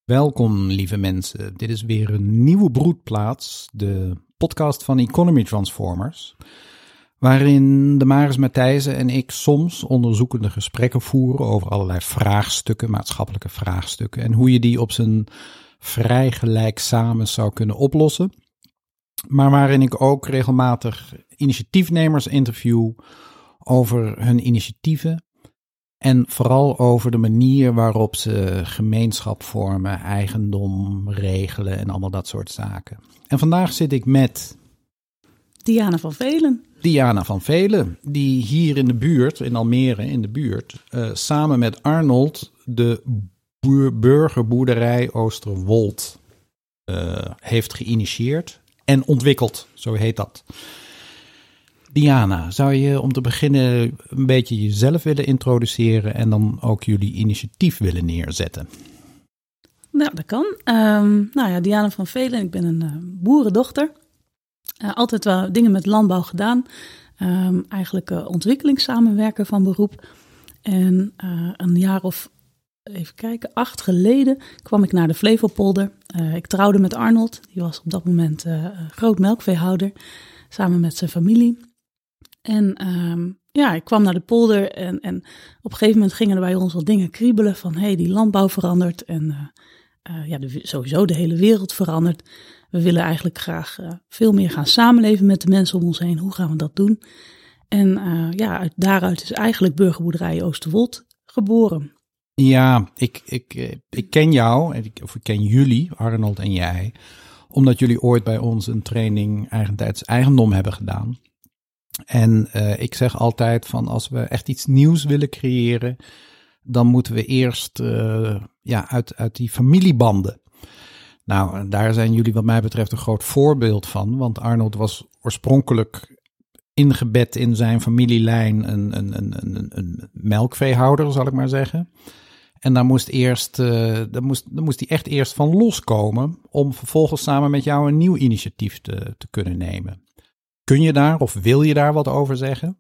Welkom, lieve mensen. Dit is weer een nieuwe broedplaats, de podcast van Economy Transformers, waarin Damaris Matthijssen en ik soms onderzoekende gesprekken voeren over allerlei vraagstukken, maatschappelijke vraagstukken, en hoe je die op zijn vrij gelijk samen zou kunnen oplossen. Maar waarin ik ook regelmatig initiatiefnemers interview over hun initiatieven en vooral over de manier waarop ze gemeenschap vormen, eigendom regelen en allemaal dat soort zaken. En vandaag zit ik met Diana van Velen. Diana van Velen, die hier in de buurt, in Almere in de buurt, samen met Arnold de burgerboerderij Oosterwold heeft geïnitieerd en ontwikkeld, zo heet dat. Diana, zou je om te beginnen een beetje jezelf willen introduceren en dan ook jullie initiatief willen neerzetten? Nou, dat kan. Diana van Velen, ik ben een boerendochter. Altijd wel dingen met landbouw gedaan. Eigenlijk ontwikkelingssamenwerker van beroep. En een jaar of, 8 geleden kwam ik naar de Flevopolder. Ik trouwde met Arnold, die was op dat moment groot melkveehouder, samen met zijn familie. En ik kwam naar de polder en op een gegeven moment gingen er bij ons wat dingen kriebelen van die landbouw verandert en sowieso de hele wereld verandert. We willen eigenlijk graag veel meer gaan samenleven met de mensen om ons heen. Hoe gaan we dat doen? En daaruit is eigenlijk burgerboerderij Oosterwold geboren. Ja, ik ken jou, of ik ken jullie, Arnold en jij, omdat jullie ooit bij ons een training eigentijds eigendom hebben gedaan. En ik zeg altijd van als we echt iets nieuws willen creëren, dan moeten we eerst uit die familiebanden. Nou, daar zijn jullie wat mij betreft een groot voorbeeld van, want Arnold was oorspronkelijk ingebed in zijn familielijn een melkveehouder, zal ik maar zeggen. En daar moest hij echt eerst van loskomen om vervolgens samen met jou een nieuw initiatief te kunnen nemen. Kun je daar of wil je daar wat over zeggen?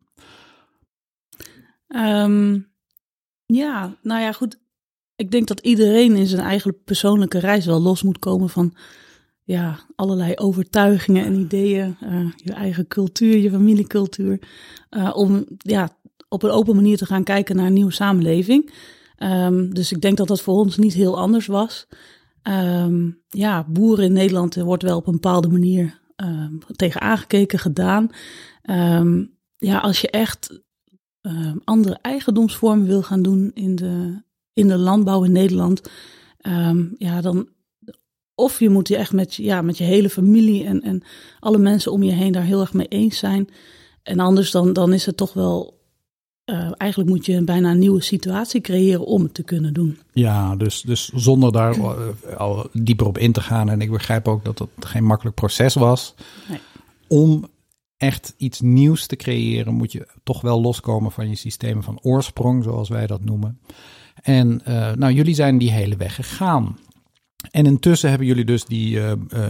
Goed. Ik denk dat iedereen in zijn eigen persoonlijke reis wel los moet komen van allerlei overtuigingen en ideeën. Je eigen cultuur, je familiecultuur. Om op een open manier te gaan kijken naar een nieuwe samenleving. Dus ik denk dat dat voor ons niet heel anders was. Boeren in Nederland wordt wel op een bepaalde manier tegen aangekeken, gedaan. Als je echt andere eigendomsvormen wil gaan doen in de landbouw in Nederland, dan of je moet je echt met je hele familie en alle mensen om je heen daar heel erg mee eens zijn. En anders dan is het toch wel, eigenlijk moet je bijna een nieuwe situatie creëren om het te kunnen doen. Ja, dus zonder daar al dieper op in te gaan. En ik begrijp ook dat het geen makkelijk proces was. Nee. Om echt iets nieuws te creëren moet je toch wel loskomen van je systemen van oorsprong, zoals wij dat noemen. En jullie zijn die hele weg gegaan. En intussen hebben jullie dus die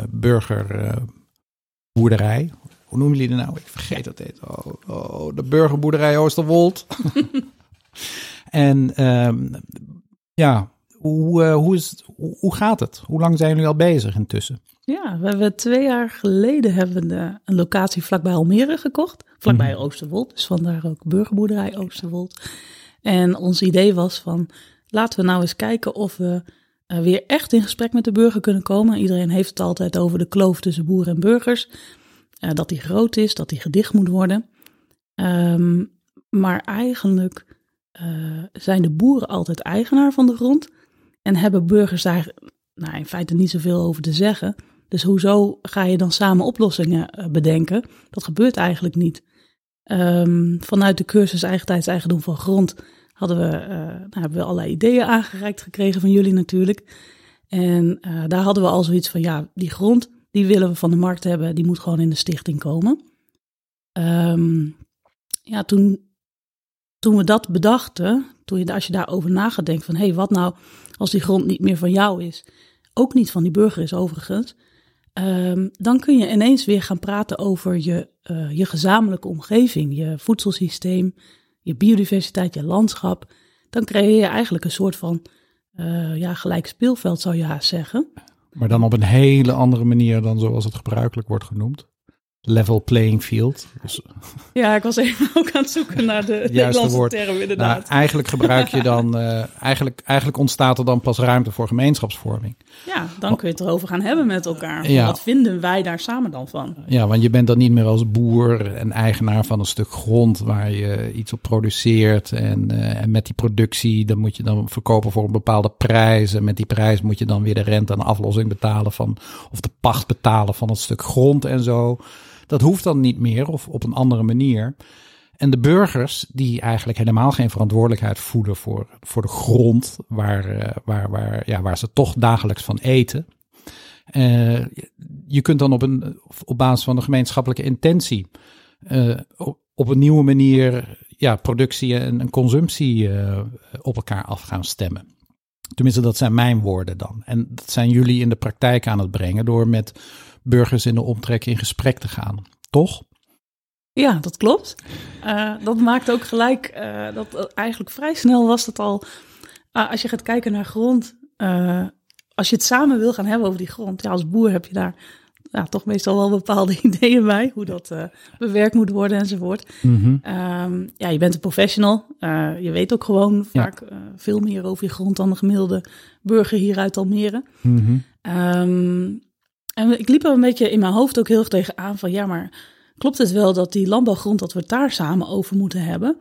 burgerboerderij. Hoe noemen jullie die nou? Ik vergeet dat heet. De burgerboerderij Oosterwold. En hoe gaat het? Hoe lang zijn jullie al bezig intussen? Ja, we hebben 2 jaar geleden een locatie vlakbij Almere gekocht. Vlakbij Oosterwold, dus vandaar ook burgerboerderij Oosterwold. En ons idee was van, laten we nou eens kijken of we weer echt in gesprek met de burger kunnen komen. Iedereen heeft het altijd over de kloof tussen boeren en burgers. Dat die groot is, dat die gedicht moet worden. Maar eigenlijk zijn de boeren altijd eigenaar van de grond. En hebben burgers daar in feite niet zoveel over te zeggen. Dus hoezo ga je dan samen oplossingen bedenken? Dat gebeurt eigenlijk niet. Vanuit de cursus Eigentijds Eigendom van Grond hebben we allerlei ideeën aangereikt gekregen van jullie natuurlijk. En daar hadden we al zoiets van, die grond, die willen we van de markt hebben, die moet gewoon in de stichting komen. Toen we dat bedachten, als je daarover na gaat denken van, wat nou als die grond niet meer van jou is, ook niet van die burger is overigens, dan kun je ineens weer gaan praten over je gezamenlijke omgeving, je voedselsysteem, je biodiversiteit, je landschap. Dan creëer je eigenlijk een soort van gelijk speelveld zou je haast zeggen. Maar dan op een hele andere manier dan zoals het gebruikelijk wordt genoemd. Level playing field. Dus, ja, ik was even ook aan het zoeken naar de Nederlandse term inderdaad. Nou, eigenlijk gebruik je dan, eigenlijk ontstaat er dan pas ruimte voor gemeenschapsvorming. Ja, dan kun je het erover gaan hebben met elkaar. Ja. Wat vinden wij daar samen dan van? Ja, want je bent dan niet meer als boer en eigenaar van een stuk grond waar je iets op produceert. En met die productie, dan moet je dan verkopen voor een bepaalde prijs. En met die prijs moet je dan weer de rente en aflossing betalen of de pacht betalen van het stuk grond en zo. Dat hoeft dan niet meer of op een andere manier. En de burgers die eigenlijk helemaal geen verantwoordelijkheid voelen voor de grond waar ze toch dagelijks van eten. Je kunt dan op basis van de gemeenschappelijke intentie op een nieuwe manier productie en consumptie op elkaar af gaan stemmen. Tenminste, dat zijn mijn woorden dan. En dat zijn jullie in de praktijk aan het brengen door met burgers in de omtrek in gesprek te gaan. Toch? Ja, dat klopt. Dat maakt ook gelijk dat eigenlijk vrij snel was dat al. Als je gaat kijken naar grond, als je het samen wil gaan hebben over die grond, als boer heb je daar toch meestal wel bepaalde ideeën bij, hoe dat bewerkt moet worden enzovoort. Mm-hmm. Je bent een professional. Je weet ook gewoon vaak veel meer over je grond dan de gemiddelde burger hier uit Almere. Mm-hmm. En ik liep er een beetje in mijn hoofd ook heel erg tegenaan van maar klopt het wel dat die landbouwgrond, dat we het daar samen over moeten hebben?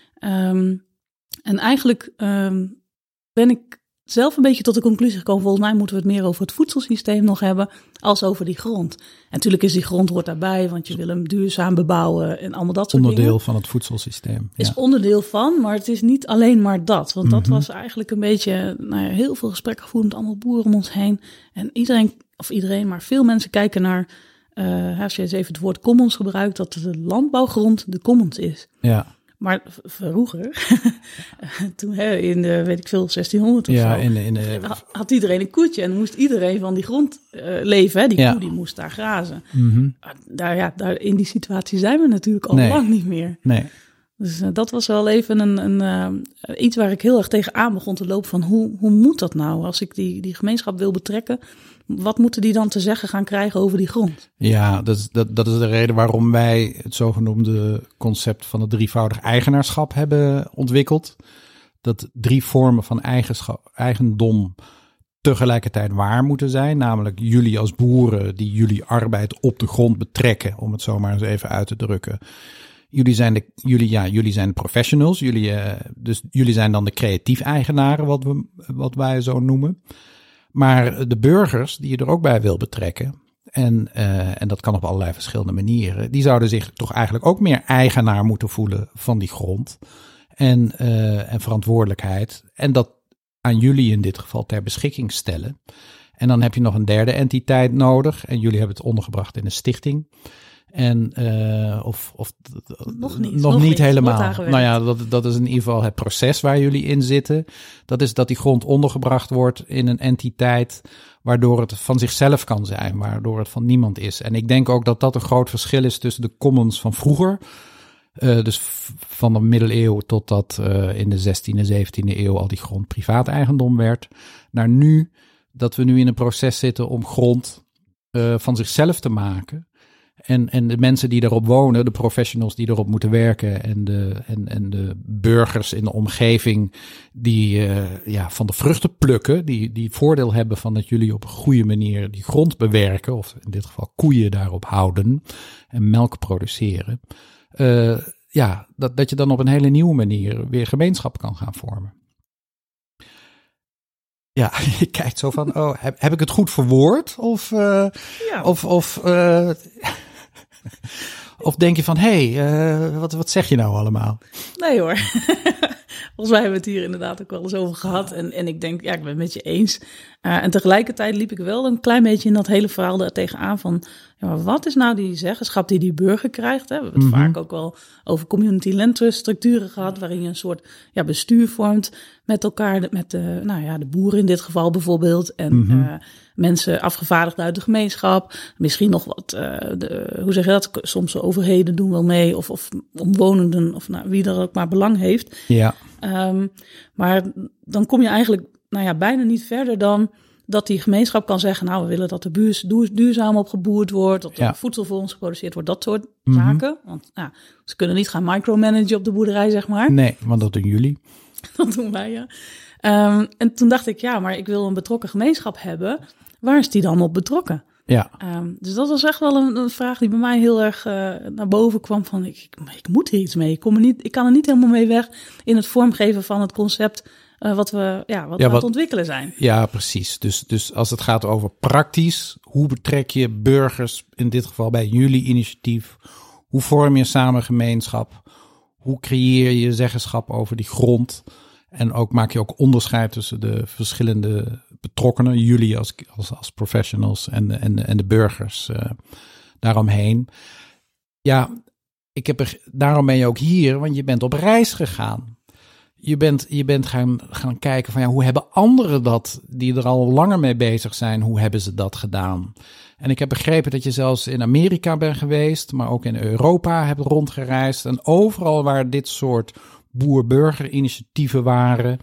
En eigenlijk ben ik zelf een beetje tot de conclusie gekomen, volgens mij moeten we het meer over het voedselsysteem nog hebben als over die grond. En natuurlijk is die grond hoort daarbij, want je wil hem duurzaam bebouwen en allemaal dat soort dingen. Onderdeel van het voedselsysteem. Is onderdeel van, maar het is niet alleen maar dat. Want dat was eigenlijk een beetje, heel veel gesprekken gevoerd met allemaal boeren om ons heen. En iedereen, maar veel mensen kijken naar, als je eens even het woord commons gebruikt, dat de landbouwgrond de commons is. Ja. Maar vroeger, toen in de, 1600 of zo, had iedereen een koetje en moest iedereen van die grond leven. Hè? Die koe die moest daar grazen. Mm-hmm. Daar in die situatie zijn we natuurlijk al lang niet meer. Nee. Dus dat was wel even iets waar ik heel erg tegenaan begon te lopen van hoe moet dat nou? Als ik die gemeenschap wil betrekken, wat moeten die dan te zeggen gaan krijgen over die grond? Ja, dat is de reden waarom wij het zogenoemde concept van het drievoudig eigenaarschap hebben ontwikkeld. Dat 3 vormen van eigendom tegelijkertijd waar moeten zijn. Namelijk jullie als boeren die jullie arbeid op de grond betrekken, om het zo maar eens even uit te drukken. Jullie zijn de professionals, dus jullie zijn dan de creatief eigenaren, wat wij zo noemen. Maar de burgers die je er ook bij wil betrekken, en dat kan op allerlei verschillende manieren, die zouden zich toch eigenlijk ook meer eigenaar moeten voelen van die grond en verantwoordelijkheid. En dat aan jullie in dit geval ter beschikking stellen. En dan heb je nog een derde entiteit nodig en jullie hebben het ondergebracht in een stichting. En nog niet helemaal. Nou ja, dat is in ieder geval het proces waar jullie in zitten. Dat is dat die grond ondergebracht wordt in een entiteit waardoor het van zichzelf kan zijn, waardoor het van niemand is. En ik denk ook dat dat een groot verschil is tussen de commons van vroeger. Dus van de middeleeuwen totdat in de 16e, 17e eeuw al die grond privaat eigendom werd. Naar nu, dat we nu in een proces zitten om grond van zichzelf te maken. En de mensen die erop wonen, de professionals die erop moeten werken en de burgers in de omgeving die van de vruchten plukken, die voordeel hebben van dat jullie op een goede manier die grond bewerken, of in dit geval koeien daarop houden en melk produceren. Dat je dan op een hele nieuwe manier weer gemeenschap kan gaan vormen. Ja, je kijkt zo van, heb ik het goed verwoord? Of denk je van, wat zeg je nou allemaal? Nee hoor. Volgens mij hebben we het hier inderdaad ook wel eens over gehad. En ik denk, ik ben het met je eens. En tegelijkertijd liep ik wel een klein beetje in dat hele verhaal er tegenaan van, maar wat is nou die zeggenschap die burger krijgt? Hè? We hebben het vaak ook wel over community land trust structuren gehad, waarin je een soort bestuur vormt met elkaar, met de boeren in dit geval bijvoorbeeld. En mensen afgevaardigd uit de gemeenschap. Misschien nog wat, hoe zeg je dat? Soms de overheden doen wel mee of omwonenden of wie er ook maar belang heeft. Ja. Maar dan kom je eigenlijk bijna niet verder dan dat die gemeenschap kan zeggen, nou, we willen dat de buurt duurzaam opgeboerd wordt, dat er voedsel voor ons geproduceerd wordt, dat soort zaken. Want ze kunnen niet gaan micromanagen op de boerderij, zeg maar. Nee, want dat doen jullie. Dat doen wij, ja. En toen dacht ik, maar ik wil een betrokken gemeenschap hebben. Waar is die dan op betrokken? Ja. Dus dat was echt wel een vraag die bij mij heel erg naar boven kwam van, ik moet hier iets mee. Ik kan er niet helemaal mee weg in het vormgeven van het concept wat we aan het ontwikkelen zijn. Ja, precies. Dus als het gaat over praktisch, hoe betrek je burgers, in dit geval bij jullie initiatief? Hoe vorm je samen gemeenschap? Hoe creëer je zeggenschap over die grond? En ook maak je ook onderscheid tussen de verschillende betrokkenen, jullie als professionals en de burgers daaromheen. Ja, daarom ben je ook hier, want je bent op reis gegaan. Je bent gaan kijken van hoe hebben anderen dat, die er al langer mee bezig zijn, hoe hebben ze dat gedaan? En ik heb begrepen dat je zelfs in Amerika bent geweest, maar ook in Europa hebt rondgereisd. En overal waar dit soort boer-burger-initiatieven waren,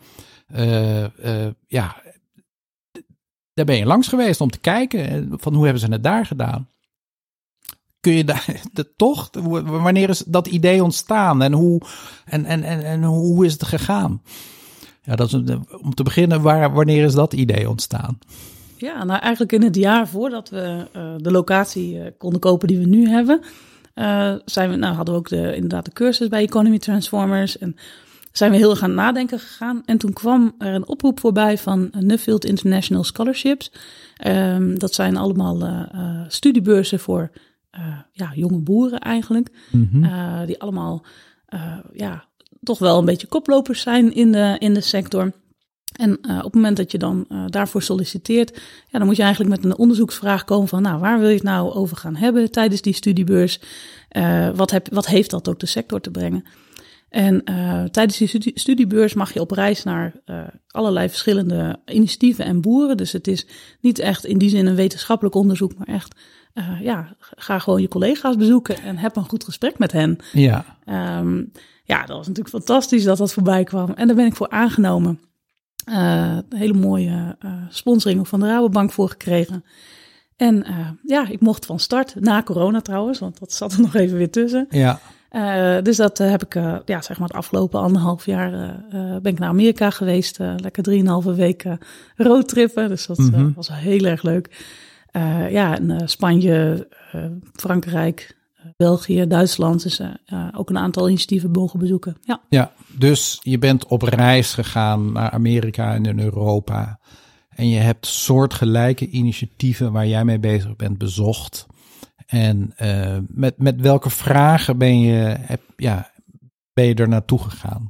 daar ben je langs geweest om te kijken van hoe hebben ze het daar gedaan. Kun je daar toch? Wanneer is dat idee ontstaan en hoe is het gegaan? Ja, dat is om te beginnen. Wanneer is dat idee ontstaan? Ja, nou eigenlijk in het jaar voordat we de locatie konden kopen die we nu hebben, hadden we ook inderdaad de cursus bij Economy Transformers en zijn we heel erg aan het nadenken gegaan. En toen kwam er een oproep voorbij van Nuffield International Scholarships. Dat zijn allemaal studiebeurzen voor jonge boeren eigenlijk. Mm-hmm. Die allemaal toch wel een beetje koplopers zijn in de sector. En op het moment dat je dan daarvoor solliciteert, dan moet je eigenlijk met een onderzoeksvraag komen van, waar wil je het nou over gaan hebben tijdens die studiebeurs? Wat heeft dat ook de sector te brengen? En tijdens die studiebeurs mag je op reis naar allerlei verschillende initiatieven en boeren. Dus het is niet echt in die zin een wetenschappelijk onderzoek, maar echt, ga gewoon je collega's bezoeken en heb een goed gesprek met hen. Ja. Dat was natuurlijk fantastisch dat voorbij kwam. En daar ben ik voor aangenomen. Een hele mooie sponsoring van de Rabobank voor gekregen. En ik mocht van start, na corona trouwens, want dat zat er nog even weer tussen. Ja. Dus dat heb ik, het afgelopen 1,5 jaar ben ik naar Amerika geweest. Lekker 3,5 weken roadtrippen. Dus dat was heel erg leuk. En Spanje, Frankrijk, België, Duitsland. Dus ook een aantal initiatieven mogen bezoeken. Ja, dus je bent op reis gegaan naar Amerika en in Europa. En je hebt soortgelijke initiatieven waar jij mee bezig bent bezocht. En met welke vragen ben je er naartoe gegaan?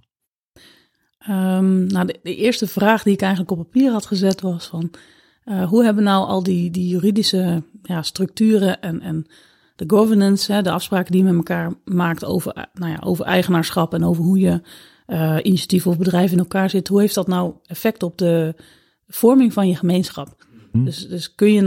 De eerste vraag die ik eigenlijk op papier had gezet was van, hoe hebben nou al die juridische structuren en de governance, de afspraken die je met elkaar maakt over eigenaarschap en over hoe je initiatieven of bedrijven in elkaar zit, hoe heeft dat nou effect op de vorming van je gemeenschap? Dus kun je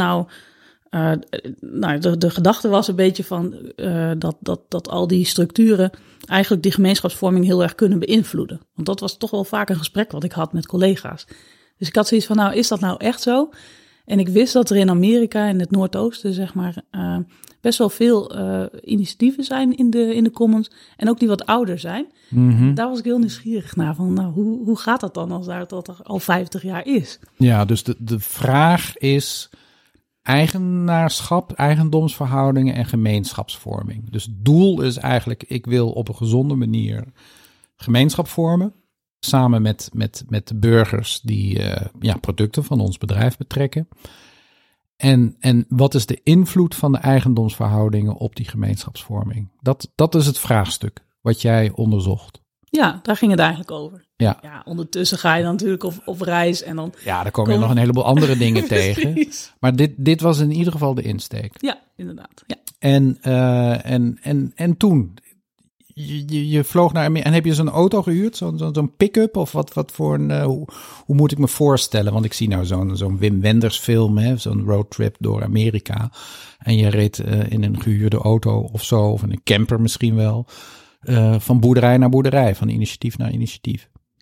de gedachte was een beetje van dat al die structuren eigenlijk die gemeenschapsvorming heel erg kunnen beïnvloeden. Want dat was toch wel vaak een gesprek wat ik had met collega's. Dus ik had zoiets van, is dat nou echt zo? En ik wist dat er in Amerika, in het Noordoosten, zeg maar, best wel veel initiatieven zijn in de commons. En ook die wat ouder zijn. Mm-hmm. Daar was ik heel nieuwsgierig naar. Van, hoe gaat dat dan als dat er al 50 jaar is? Ja, dus de vraag is eigenaarschap, eigendomsverhoudingen en gemeenschapsvorming. Dus het doel is eigenlijk, ik wil op een gezonde manier gemeenschap vormen. Samen met de burgers die producten van ons bedrijf betrekken. En wat is de invloed van de eigendomsverhoudingen op die gemeenschapsvorming? Dat is het vraagstuk wat jij onderzocht. Ja, daar ging het eigenlijk over. Ja, ondertussen ga je dan natuurlijk op reis en dan... Ja, daar kom je nog een heleboel andere dingen tegen. Maar dit was in ieder geval de insteek. Ja, inderdaad. Ja. En toen... Je vloog naar Amerika en heb je zo'n auto gehuurd? Zo'n pick-up? Of wat voor een... hoe moet ik me voorstellen? Want ik zie nou zo'n Wim Wenders film, hè, zo'n roadtrip door Amerika. En je reed in een gehuurde auto of zo, of in een camper misschien wel. Van boerderij naar boerderij, van initiatief naar initiatief.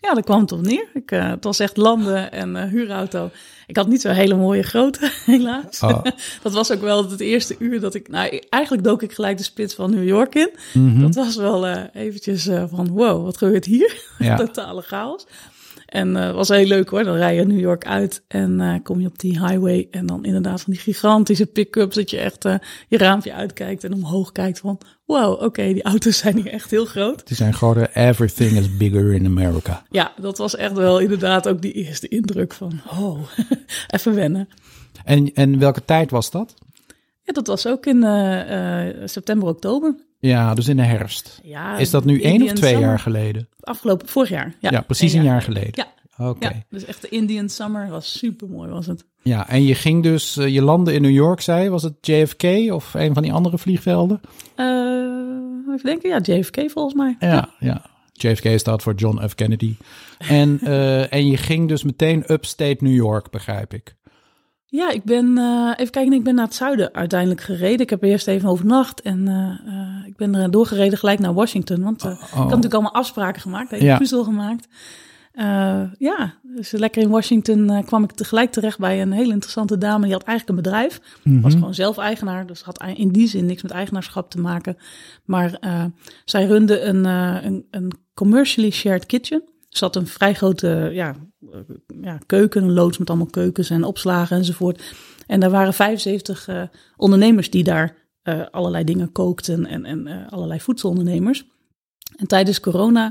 Ja, daar kwam het op neer. Het was echt landen en huurauto. Ik had niet zo'n hele mooie grote, helaas. Oh. Dat was ook wel het eerste uur dat ik... Nou, eigenlijk dook ik gelijk de spits van New York in. Dat was wel eventjes van, wow, wat gebeurt hier? Ja. Totale chaos. En het was heel leuk hoor. Dan rij je New York uit en kom je op die highway. En dan inderdaad van die gigantische pick-ups dat je echt je raampje uitkijkt en omhoog kijkt van... Wow, oké, die auto's zijn hier echt heel groot. Die zijn groter. Everything is bigger in America. Ja, dat was echt wel inderdaad ook die eerste indruk van... Oh, even wennen. En welke tijd was dat? Ja, dat was ook in september, oktober. Ja, dus in de herfst. Ja, Is dat nu 1 of 2 Summer. jaar geleden? Vorig jaar. Ja, precies een jaar geleden. Ja. Oké. Ja, dus echt de Indian Summer was super mooi, was het. Ja, en je ging dus, je landde in New York, zei je. Was het JFK of een van die andere vliegvelden? Even denken, ja, JFK volgens mij. Ja. JFK staat voor John F. Kennedy. En je ging dus meteen upstate New York, begrijp ik. Ja, ik ben, even kijken, ik ben naar het zuiden uiteindelijk gereden. Ik heb eerst even overnacht en ik ben er doorgereden gelijk naar Washington. Want ik had natuurlijk allemaal afspraken gemaakt, een puzzel gemaakt. Dus lekker in Washington kwam ik tegelijk terecht bij een hele interessante dame. Die had eigenlijk een bedrijf, was gewoon zelf eigenaar. Dus had in die zin niks met eigenaarschap te maken. Maar zij runde een commercially shared kitchen. Er zat een vrij grote keuken, een loods met allemaal keukens en opslagen enzovoort. En daar waren 75 ondernemers die daar allerlei dingen kookten en allerlei voedselondernemers. En tijdens corona,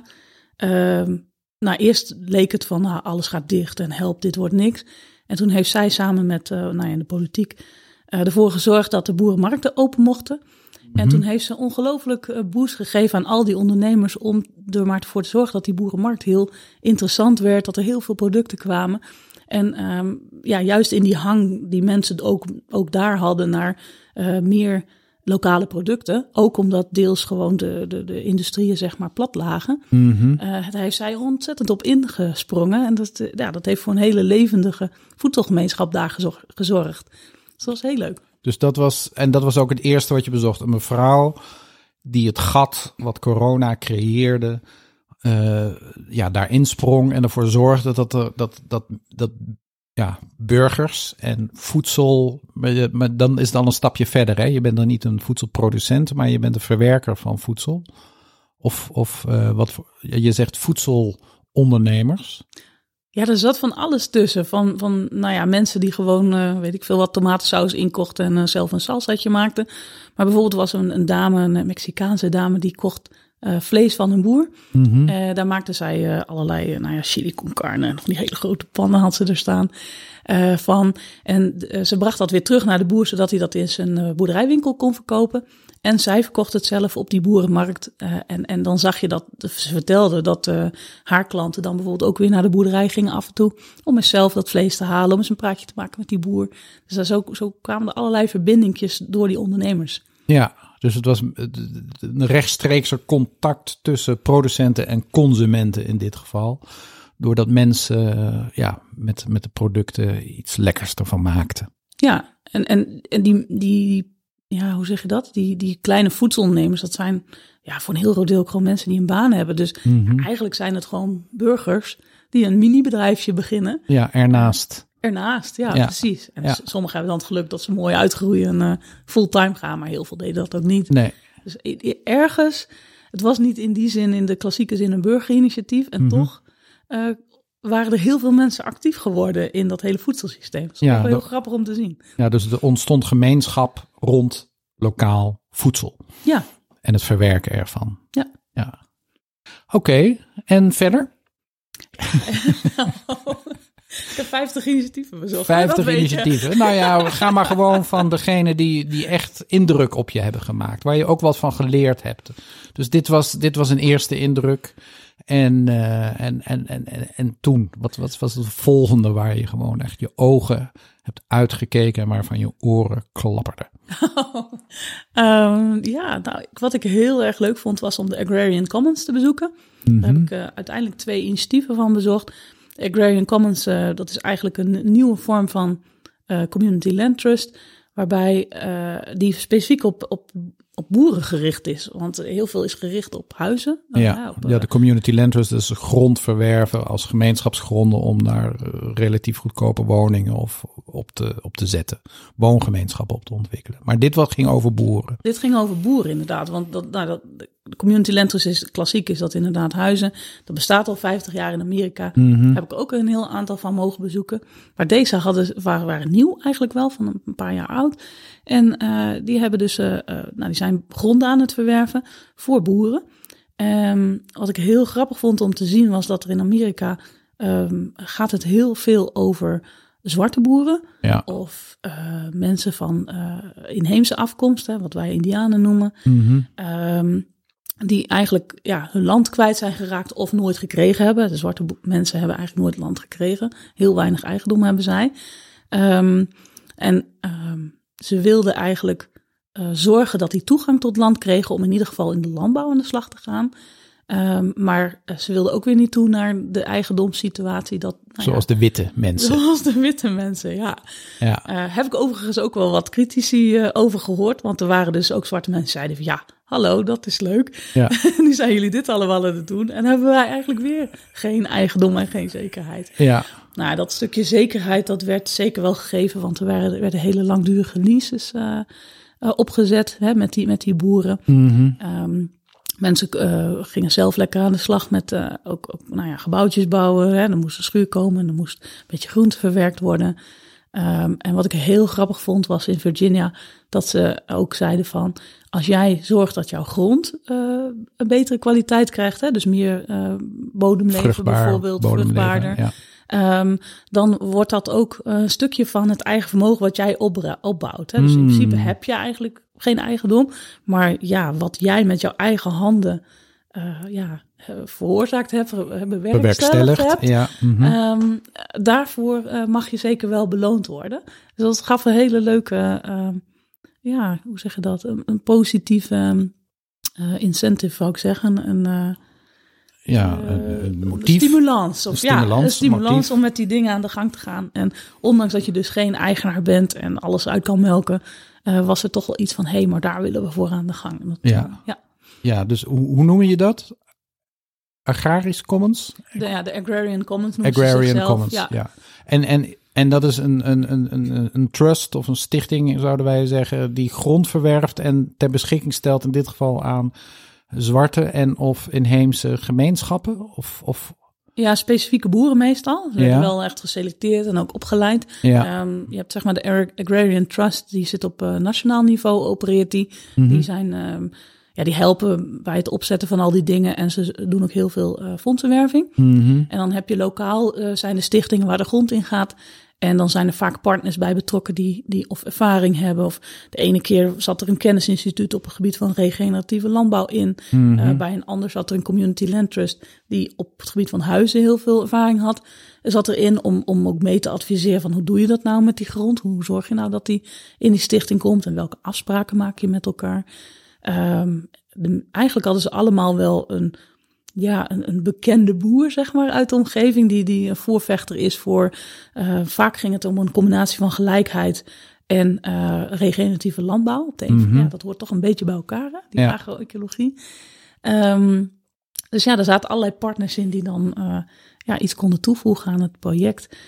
eerst leek het van alles gaat dicht en help, dit wordt niks. En toen heeft zij samen met de politiek ervoor gezorgd dat de boerenmarkten open mochten. En toen heeft ze ongelooflijk boost gegeven aan al die ondernemers om er maar voor te zorgen dat die boerenmarkt heel interessant werd, dat er heel veel producten kwamen. En juist in die hang die mensen ook daar hadden naar meer lokale producten, ook omdat deels gewoon de industrieën zeg maar plat lagen, daar heeft zij ontzettend op ingesprongen. En dat heeft voor een hele levendige voedselgemeenschap daar gezorgd. Dus dat was heel leuk. Dus dat was ook het eerste wat je bezocht. Een mevrouw die het gat wat corona creëerde, daarin sprong en ervoor zorgde dat burgers en voedsel, maar dan is het dan een stapje verder. Hè? Je bent dan niet een voedselproducent, maar je bent een verwerker van voedsel. Je zegt voedselondernemers. Ja, er zat van alles tussen. Van mensen die gewoon, weet ik veel wat, tomatensaus inkochten en zelf een salsaatje maakten. Maar bijvoorbeeld was een dame, een Mexicaanse dame, die kocht vlees van een boer. Daar maakte zij allerlei, chili con carne, nog die hele grote pannen had ze er staan van. En ze bracht dat weer terug naar de boer, zodat hij dat in zijn boerderijwinkel kon verkopen. En zij verkocht het zelf op die boerenmarkt. En dan zag je dat, ze vertelde dat haar klanten dan bijvoorbeeld ook weer naar de boerderij gingen af en toe. Om eens zelf dat vlees te halen, om eens een praatje te maken met die boer. Dus zo kwamen er allerlei verbindingjes door die ondernemers. Ja, dus het was een rechtstreekse contact tussen producenten en consumenten in dit geval. Doordat mensen met de producten iets lekkers ervan maakten. Ja, en die hoe zeg je dat? Die kleine voedselondernemers, dat zijn voor een heel groot deel ook gewoon mensen die een baan hebben. Dus eigenlijk zijn het gewoon burgers die een mini-bedrijfje beginnen. Ja, ernaast, ja, precies. En sommigen hebben dan het geluk dat ze mooi uitgroeien en fulltime gaan, maar heel veel deden dat ook niet. Nee. Dus ergens, het was niet in die zin, in de klassieke zin, een burgerinitiatief. En toch waren er heel veel mensen actief geworden in dat hele voedselsysteem. Dat is wel heel grappig om te zien. Ja, dus er ontstond gemeenschap rond lokaal voedsel. Ja. En het verwerken ervan. Ja. Oké, en verder? Ik heb 50 initiatieven bezocht. 50 initiatieven. Nou ja, we gaan maar gewoon van degene die echt indruk op je hebben gemaakt. Waar je ook wat van geleerd hebt. Dus dit was een eerste indruk. En toen, wat was het volgende waar je gewoon echt je ogen hebt uitgekeken en waarvan je oren klapperden? Wat ik heel erg leuk vond was om de Agrarian Commons te bezoeken. Daar heb ik uiteindelijk 2 initiatieven van bezocht. De Agrarian Commons, dat is eigenlijk een nieuwe vorm van community land trust, waarbij die specifiek op op boeren gericht is. Want heel veel is gericht op huizen. De community land trust, dus grond verwerven als gemeenschapsgronden om daar relatief goedkope woningen of op te zetten. Woongemeenschappen op te ontwikkelen. Maar dit ging over boeren. Dit ging over boeren inderdaad. Want de community land trust is klassiek, is dat inderdaad huizen. Dat bestaat al 50 jaar in Amerika. Mm-hmm. Heb ik ook een heel aantal van mogen bezoeken. Maar deze waren nieuw eigenlijk wel, van een paar jaar oud. En die hebben dus, die zijn gronden aan het verwerven voor boeren. Wat ik heel grappig vond om te zien was dat er in Amerika gaat het heel veel over zwarte boeren. Ja. Of mensen van inheemse afkomst, wat wij Indianen noemen. Mm-hmm. Die eigenlijk hun land kwijt zijn geraakt of nooit gekregen hebben. De zwarte mensen hebben eigenlijk nooit land gekregen. Heel weinig eigendom hebben zij. Ze wilden eigenlijk zorgen dat die toegang tot land kregen om in ieder geval in de landbouw aan de slag te gaan. Maar ze wilden ook weer niet toe naar de eigendomssituatie. Zoals de witte mensen. Zoals de witte mensen, ja. Heb ik overigens ook wel wat critici over gehoord. Want er waren dus ook zwarte mensen die zeiden van hallo, dat is leuk. Ja. Nu zijn jullie dit allemaal aan het doen. En hebben wij eigenlijk weer geen eigendom en geen zekerheid. Ja. Nou, dat stukje zekerheid, dat werd zeker wel gegeven. Want er werden hele langdurige leases opgezet met die boeren. Mm-hmm. Mensen gingen zelf lekker aan de slag met ook gebouwtjes bouwen. Er moest een schuur komen en er moest een beetje groente verwerkt worden. En wat ik heel grappig vond was in Virginia dat ze ook zeiden van, als jij zorgt dat jouw grond een betere kwaliteit krijgt, dus meer bodemleven bijvoorbeeld, vruchtbaarder. Ja. Dan wordt dat ook een stukje van het eigen vermogen wat jij opbouwt. Dus in principe heb je eigenlijk geen eigendom. Maar wat jij met jouw eigen handen veroorzaakt hebt, bewerkstelligd hebt. Ja. Mm-hmm. Daarvoor mag je zeker wel beloond worden. Dus dat gaf een hele leuke, hoe zeg je dat? Een positieve incentive, zou ik zeggen. Een motief. Stimulans. Een stimulans motief. Om met die dingen aan de gang te gaan. En ondanks dat je dus geen eigenaar bent en alles uit kan melken, was er toch wel iets van, maar daar willen we voor aan de gang. Ja, dus hoe noem je dat? Agrarisch Commons? De Agrarian Commons noemen ze Agrarian zichzelf. Commons, ja. En dat is een trust of een stichting, zouden wij zeggen, die grond verwerft en ter beschikking stelt in dit geval aan zwarte en of inheemse gemeenschappen? Of... Ja, specifieke boeren meestal. Ze werden wel echt geselecteerd en ook opgeleid. Ja. Je hebt zeg maar de Agrarian Trust, die zit op nationaal niveau, opereert die. Mm-hmm. Die zijn... die helpen bij het opzetten van al die dingen en ze doen ook heel veel fondsenwerving. Mm-hmm. En dan heb je lokaal zijn de stichtingen waar de grond in gaat. En dan zijn er vaak partners bij betrokken die of ervaring hebben. Of de ene keer zat er een kennisinstituut op het gebied van regeneratieve landbouw in. Mm-hmm. Bij een ander zat er een community land trust die op het gebied van huizen heel veel ervaring had. Er zat erin om ook mee te adviseren van hoe doe je dat nou met die grond? Hoe zorg je nou dat die in die stichting komt en welke afspraken maak je met elkaar? Eigenlijk hadden ze allemaal wel een bekende boer, zeg maar, uit de omgeving die een voorvechter is voor. Vaak ging het om een combinatie van gelijkheid en regeneratieve landbouw. Mm-hmm. Dat hoort toch een beetje bij elkaar, hè? Die agroecologie. Dus daar zaten allerlei partners in die dan iets konden toevoegen aan het project.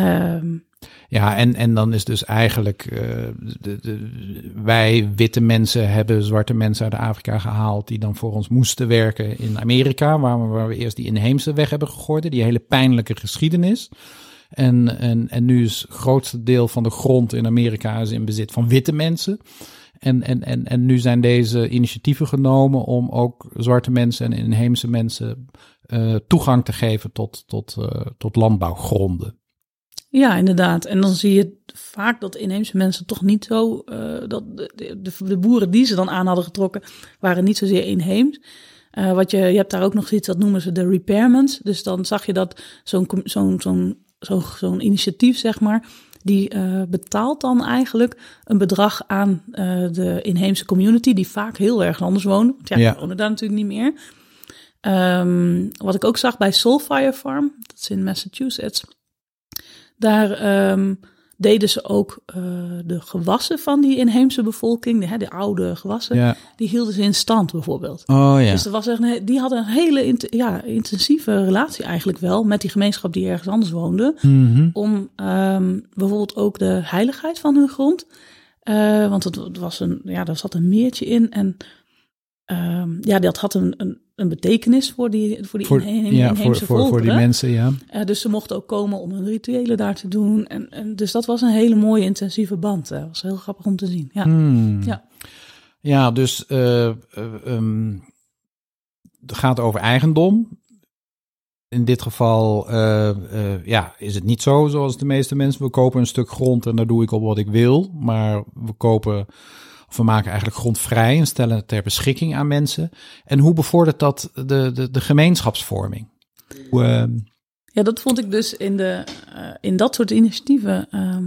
En dan is dus eigenlijk wij witte mensen hebben zwarte mensen uit Afrika gehaald die dan voor ons moesten werken in Amerika, waar we eerst die inheemse weg hebben gegooid, die hele pijnlijke geschiedenis. En nu is het grootste deel van de grond in Amerika is in bezit van witte mensen. En nu zijn deze initiatieven genomen om ook zwarte mensen en inheemse mensen toegang te geven tot landbouwgronden. Ja, inderdaad. En dan zie je vaak dat inheemse mensen toch niet zo... dat de boeren die ze dan aan hadden getrokken waren niet zozeer inheems. Je hebt daar ook nog iets, dat noemen ze de repairments. Dus dan zag je dat zo'n initiatief, zeg maar, die betaalt dan eigenlijk een bedrag aan de inheemse community, die vaak heel erg anders wonen. Want die wonen daar natuurlijk niet meer. Wat ik ook zag bij Soulfire Farm, dat is in Massachusetts. Daar deden ze ook de gewassen van die inheemse bevolking, de oude gewassen, die hielden ze in stand bijvoorbeeld. Oh ja. Dus er was die hadden een hele intensieve relatie eigenlijk wel met die gemeenschap die ergens anders woonde. Mm-hmm. Om bijvoorbeeld ook de heiligheid van hun grond. Want daar zat een meertje in en dat had een betekenis voor die inheemse volkeren. Voor die mensen, ja. Dus ze mochten ook komen om hun rituelen daar te doen. En dus dat was een hele mooie intensieve band. Dat was heel grappig om te zien. Ja, ja dus het gaat over eigendom. In dit geval is het niet zo zoals de meeste mensen. We kopen een stuk grond en daar doe ik op wat ik wil. Maar we maken eigenlijk grond vrij en stellen het ter beschikking aan mensen. En hoe bevordert dat de gemeenschapsvorming? Ja, dat vond ik dus in dat soort initiatieven.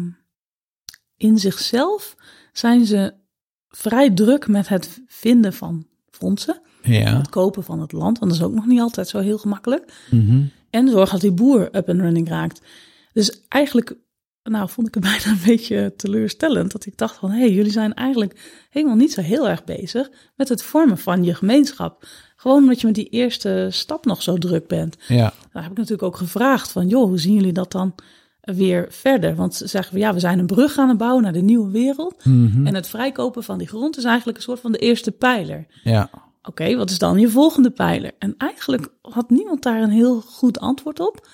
In zichzelf zijn ze vrij druk met het vinden van fondsen. Ja. Het kopen van het land, want dat is ook nog niet altijd zo heel gemakkelijk. Mm-hmm. En zorg dat die boer up and running raakt. Dus eigenlijk vond ik het bijna een beetje teleurstellend. Dat ik dacht van, jullie zijn eigenlijk helemaal niet zo heel erg bezig met het vormen van je gemeenschap. Gewoon omdat je met die eerste stap nog zo druk bent. Ja. Daar heb ik natuurlijk ook gevraagd van, hoe zien jullie dat dan weer verder? Want ze zeggen we zijn een brug aan het bouwen naar de nieuwe wereld. Mm-hmm. En het vrijkopen van die grond is eigenlijk een soort van de eerste pijler. Ja. Oké, wat is dan je volgende pijler? En eigenlijk had niemand daar een heel goed antwoord op.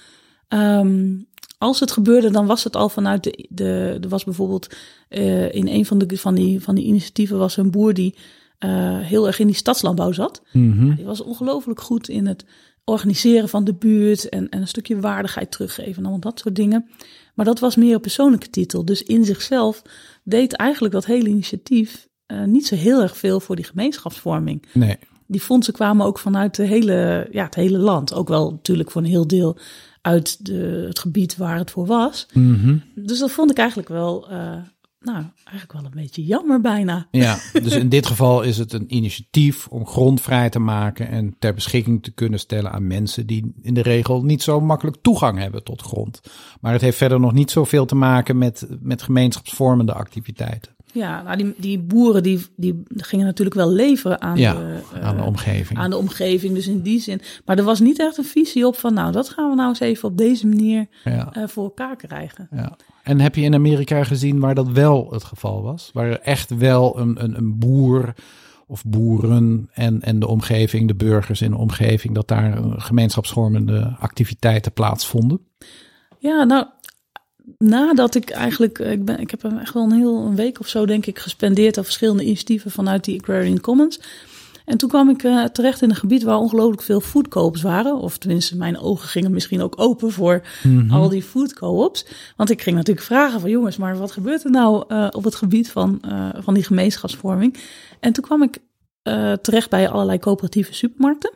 Als het gebeurde, dan was het al vanuit er was bijvoorbeeld in een van die initiatieven was een boer die heel erg in die stadslandbouw zat. Mm-hmm. Die was ongelooflijk goed in het organiseren van de buurt en een stukje waardigheid teruggeven en allemaal dat soort dingen. Maar dat was meer op persoonlijke titel. Dus in zichzelf deed eigenlijk dat hele initiatief niet zo heel erg veel voor die gemeenschapsvorming. Nee. Die fondsen kwamen ook vanuit het hele land. Ook wel natuurlijk voor een heel deel uit het gebied waar het voor was. Mm-hmm. Dus dat vond ik eigenlijk wel, eigenlijk wel een beetje jammer bijna. Ja, dus in dit geval is het een initiatief om grond vrij te maken en ter beschikking te kunnen stellen aan mensen die in de regel niet zo makkelijk toegang hebben tot grond. Maar het heeft verder nog niet zoveel te maken met gemeenschapsvormende activiteiten. Ja, die boeren die gingen natuurlijk wel leveren aan de omgeving. Aan de omgeving, dus in die zin. Maar er was niet echt een visie op van, dat gaan we nou eens even op deze manier voor elkaar krijgen. Ja. En heb je in Amerika gezien waar dat wel het geval was? Waar er echt wel een boer of boeren en de omgeving, de burgers in de omgeving, dat daar gemeenschapsvormende activiteiten plaatsvonden? Ja, nadat ik eigenlijk, ik heb echt wel een week of zo denk ik gespendeerd aan verschillende initiatieven vanuit die Agrarian Commons. En toen kwam ik terecht in een gebied waar ongelooflijk veel food co-ops waren. Of tenminste, mijn ogen gingen misschien ook open voor al die food co-ops. Want ik ging natuurlijk vragen van jongens, maar wat gebeurt er nou op het gebied van die gemeenschapsvorming? En toen kwam ik terecht bij allerlei coöperatieve supermarkten.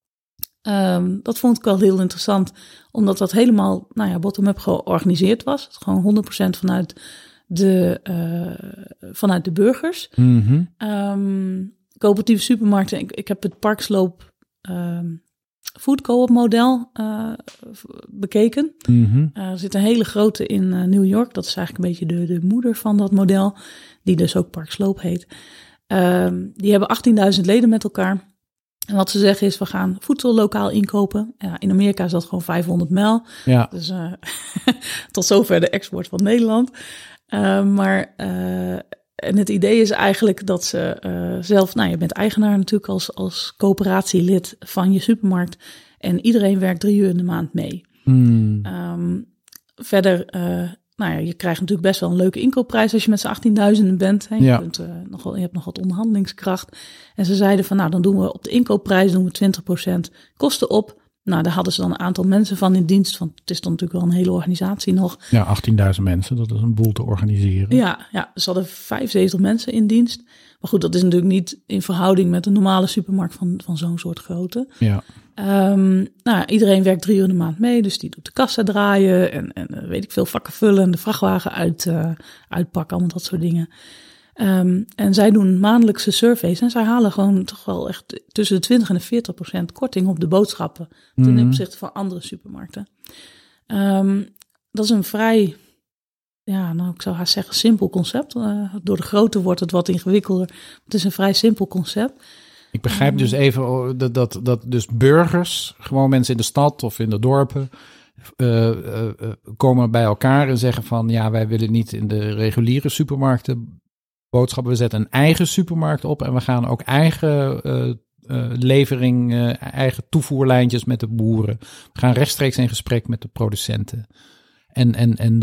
Dat vond ik wel heel interessant, omdat dat helemaal bottom-up georganiseerd was. Gewoon 100% vanuit de burgers. Mm-hmm. Coöperatieve supermarkten, ik heb het Parksloop Food Co-op model bekeken. Mm-hmm. Er zit een hele grote in New York. Dat is eigenlijk een beetje de moeder van dat model, die dus ook Parksloop heet. Die hebben 18.000 leden met elkaar. En wat ze zeggen is, we gaan voedsel lokaal inkopen. Ja, in Amerika is dat gewoon 500 mijl. Ja. Dus tot zover de export van Nederland. En het idee is eigenlijk dat ze zelf... je bent eigenaar natuurlijk als coöperatielid van je supermarkt. En iedereen werkt 3 uur in de maand mee. Verder... je krijgt natuurlijk best wel een leuke inkoopprijs als je met z'n 18.000 bent. Hè. Je hebt nog wat onderhandelingskracht. En ze zeiden van, dan doen we op de inkoopprijs 20% kosten op. Daar hadden ze dan een aantal mensen van in dienst. Want het is dan natuurlijk wel een hele organisatie nog. Ja, 18.000 mensen, dat is een boel te organiseren. Ja, ze hadden 75 mensen in dienst. Maar goed, dat is natuurlijk niet in verhouding met een normale supermarkt van zo'n soort grootte. Ja. Iedereen werkt 3 uur in de maand mee, dus die doet de kassa draaien en weet ik veel, vakken vullen en de vrachtwagen uitpakken, allemaal dat soort dingen. En zij doen maandelijkse surveys en zij halen gewoon toch wel echt tussen de 20% en 40% korting op de boodschappen ten opzichte van andere supermarkten. Dat is een vrij nou, ik zou haast zeggen simpel concept. Door de grootte wordt het wat ingewikkelder. Het is een vrij simpel concept. Ik begrijp dus even dat dus burgers, gewoon mensen in de stad of in de dorpen, komen bij elkaar en zeggen van, ja, wij willen niet in de reguliere supermarkten boodschappen. We zetten een eigen supermarkt op en we gaan ook eigen levering, eigen toevoerlijntjes met de boeren. We gaan rechtstreeks in gesprek met de producenten. En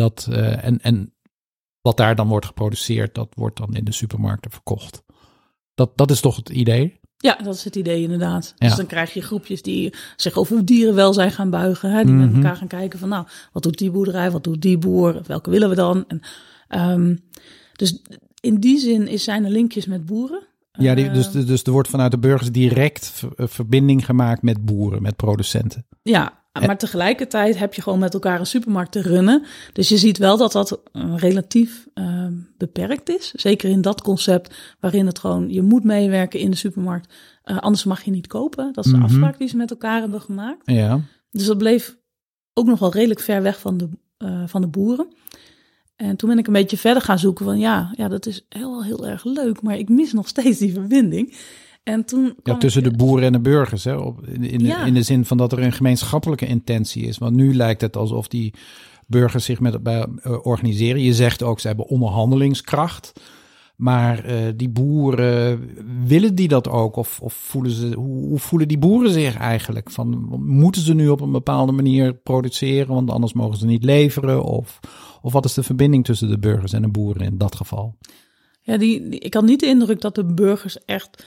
wat daar dan wordt geproduceerd, dat wordt dan in de supermarkten verkocht. Dat is toch het idee? Ja, dat is het idee inderdaad. Ja. Dus dan krijg je groepjes die zich over dierenwelzijn gaan buigen. Hè? Die met elkaar gaan kijken van, nou, wat doet die boerderij? Wat doet die boer? Welke willen we dan? En, dus in die zin zijn er linkjes met boeren. Ja, dus er wordt vanuit de burgers direct verbinding gemaakt met boeren, met producenten. Ja, maar tegelijkertijd heb je gewoon met elkaar een supermarkt te runnen. Dus je ziet wel dat relatief beperkt is. Zeker in dat concept waarin het gewoon, je moet meewerken in de supermarkt. Anders mag je niet kopen. Dat is de afspraak die ze met elkaar hebben gemaakt. Ja. Dus dat bleef ook nog wel redelijk ver weg van de boeren. En toen ben ik een beetje verder gaan zoeken van ja, dat is heel erg leuk. Maar ik mis nog steeds die verbinding. En toen tussen de boeren en de burgers. Hè? In de zin van dat er een gemeenschappelijke intentie is. Want nu lijkt het alsof die burgers zich met organiseren. Je zegt ook, ze hebben onderhandelingskracht. Maar die boeren, willen die dat ook? Of voelen ze, hoe voelen die boeren zich eigenlijk? Moeten ze nu op een bepaalde manier produceren? Want anders mogen ze niet leveren? Of wat is de verbinding tussen de burgers en de boeren in dat geval? Ja, ik had niet de indruk dat de burgers echt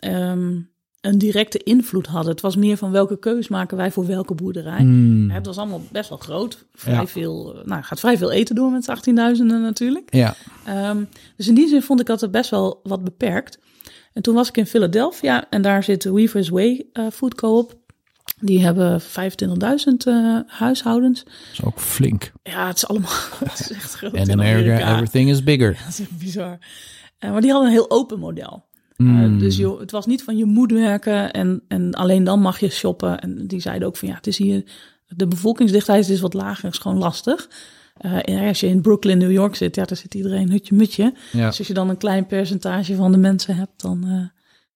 een directe invloed hadden. Het was meer van welke keus maken wij voor welke boerderij. Het was allemaal best wel groot. Gaat vrij veel eten door met 18.000 natuurlijk. Ja. Dus in die zin vond ik dat het best wel wat beperkt. En toen was ik in Philadelphia en daar zit de Weaver's Way Food Co-op. Die hebben 25.000 huishoudens. Dat is ook flink. Ja, het is allemaal het is echt groot. En in Amerika, everything is bigger. Dat is echt bizar. Maar die hadden een heel open model. Dus het was niet van je moet werken en alleen dan mag je shoppen. En die zeiden ook van ja, het is hier, de bevolkingsdichtheid is wat lager, is gewoon lastig. Als je in Brooklyn, New York zit, daar zit iedereen hutje-mutje. Ja. Dus als je dan een klein percentage van de mensen hebt, dan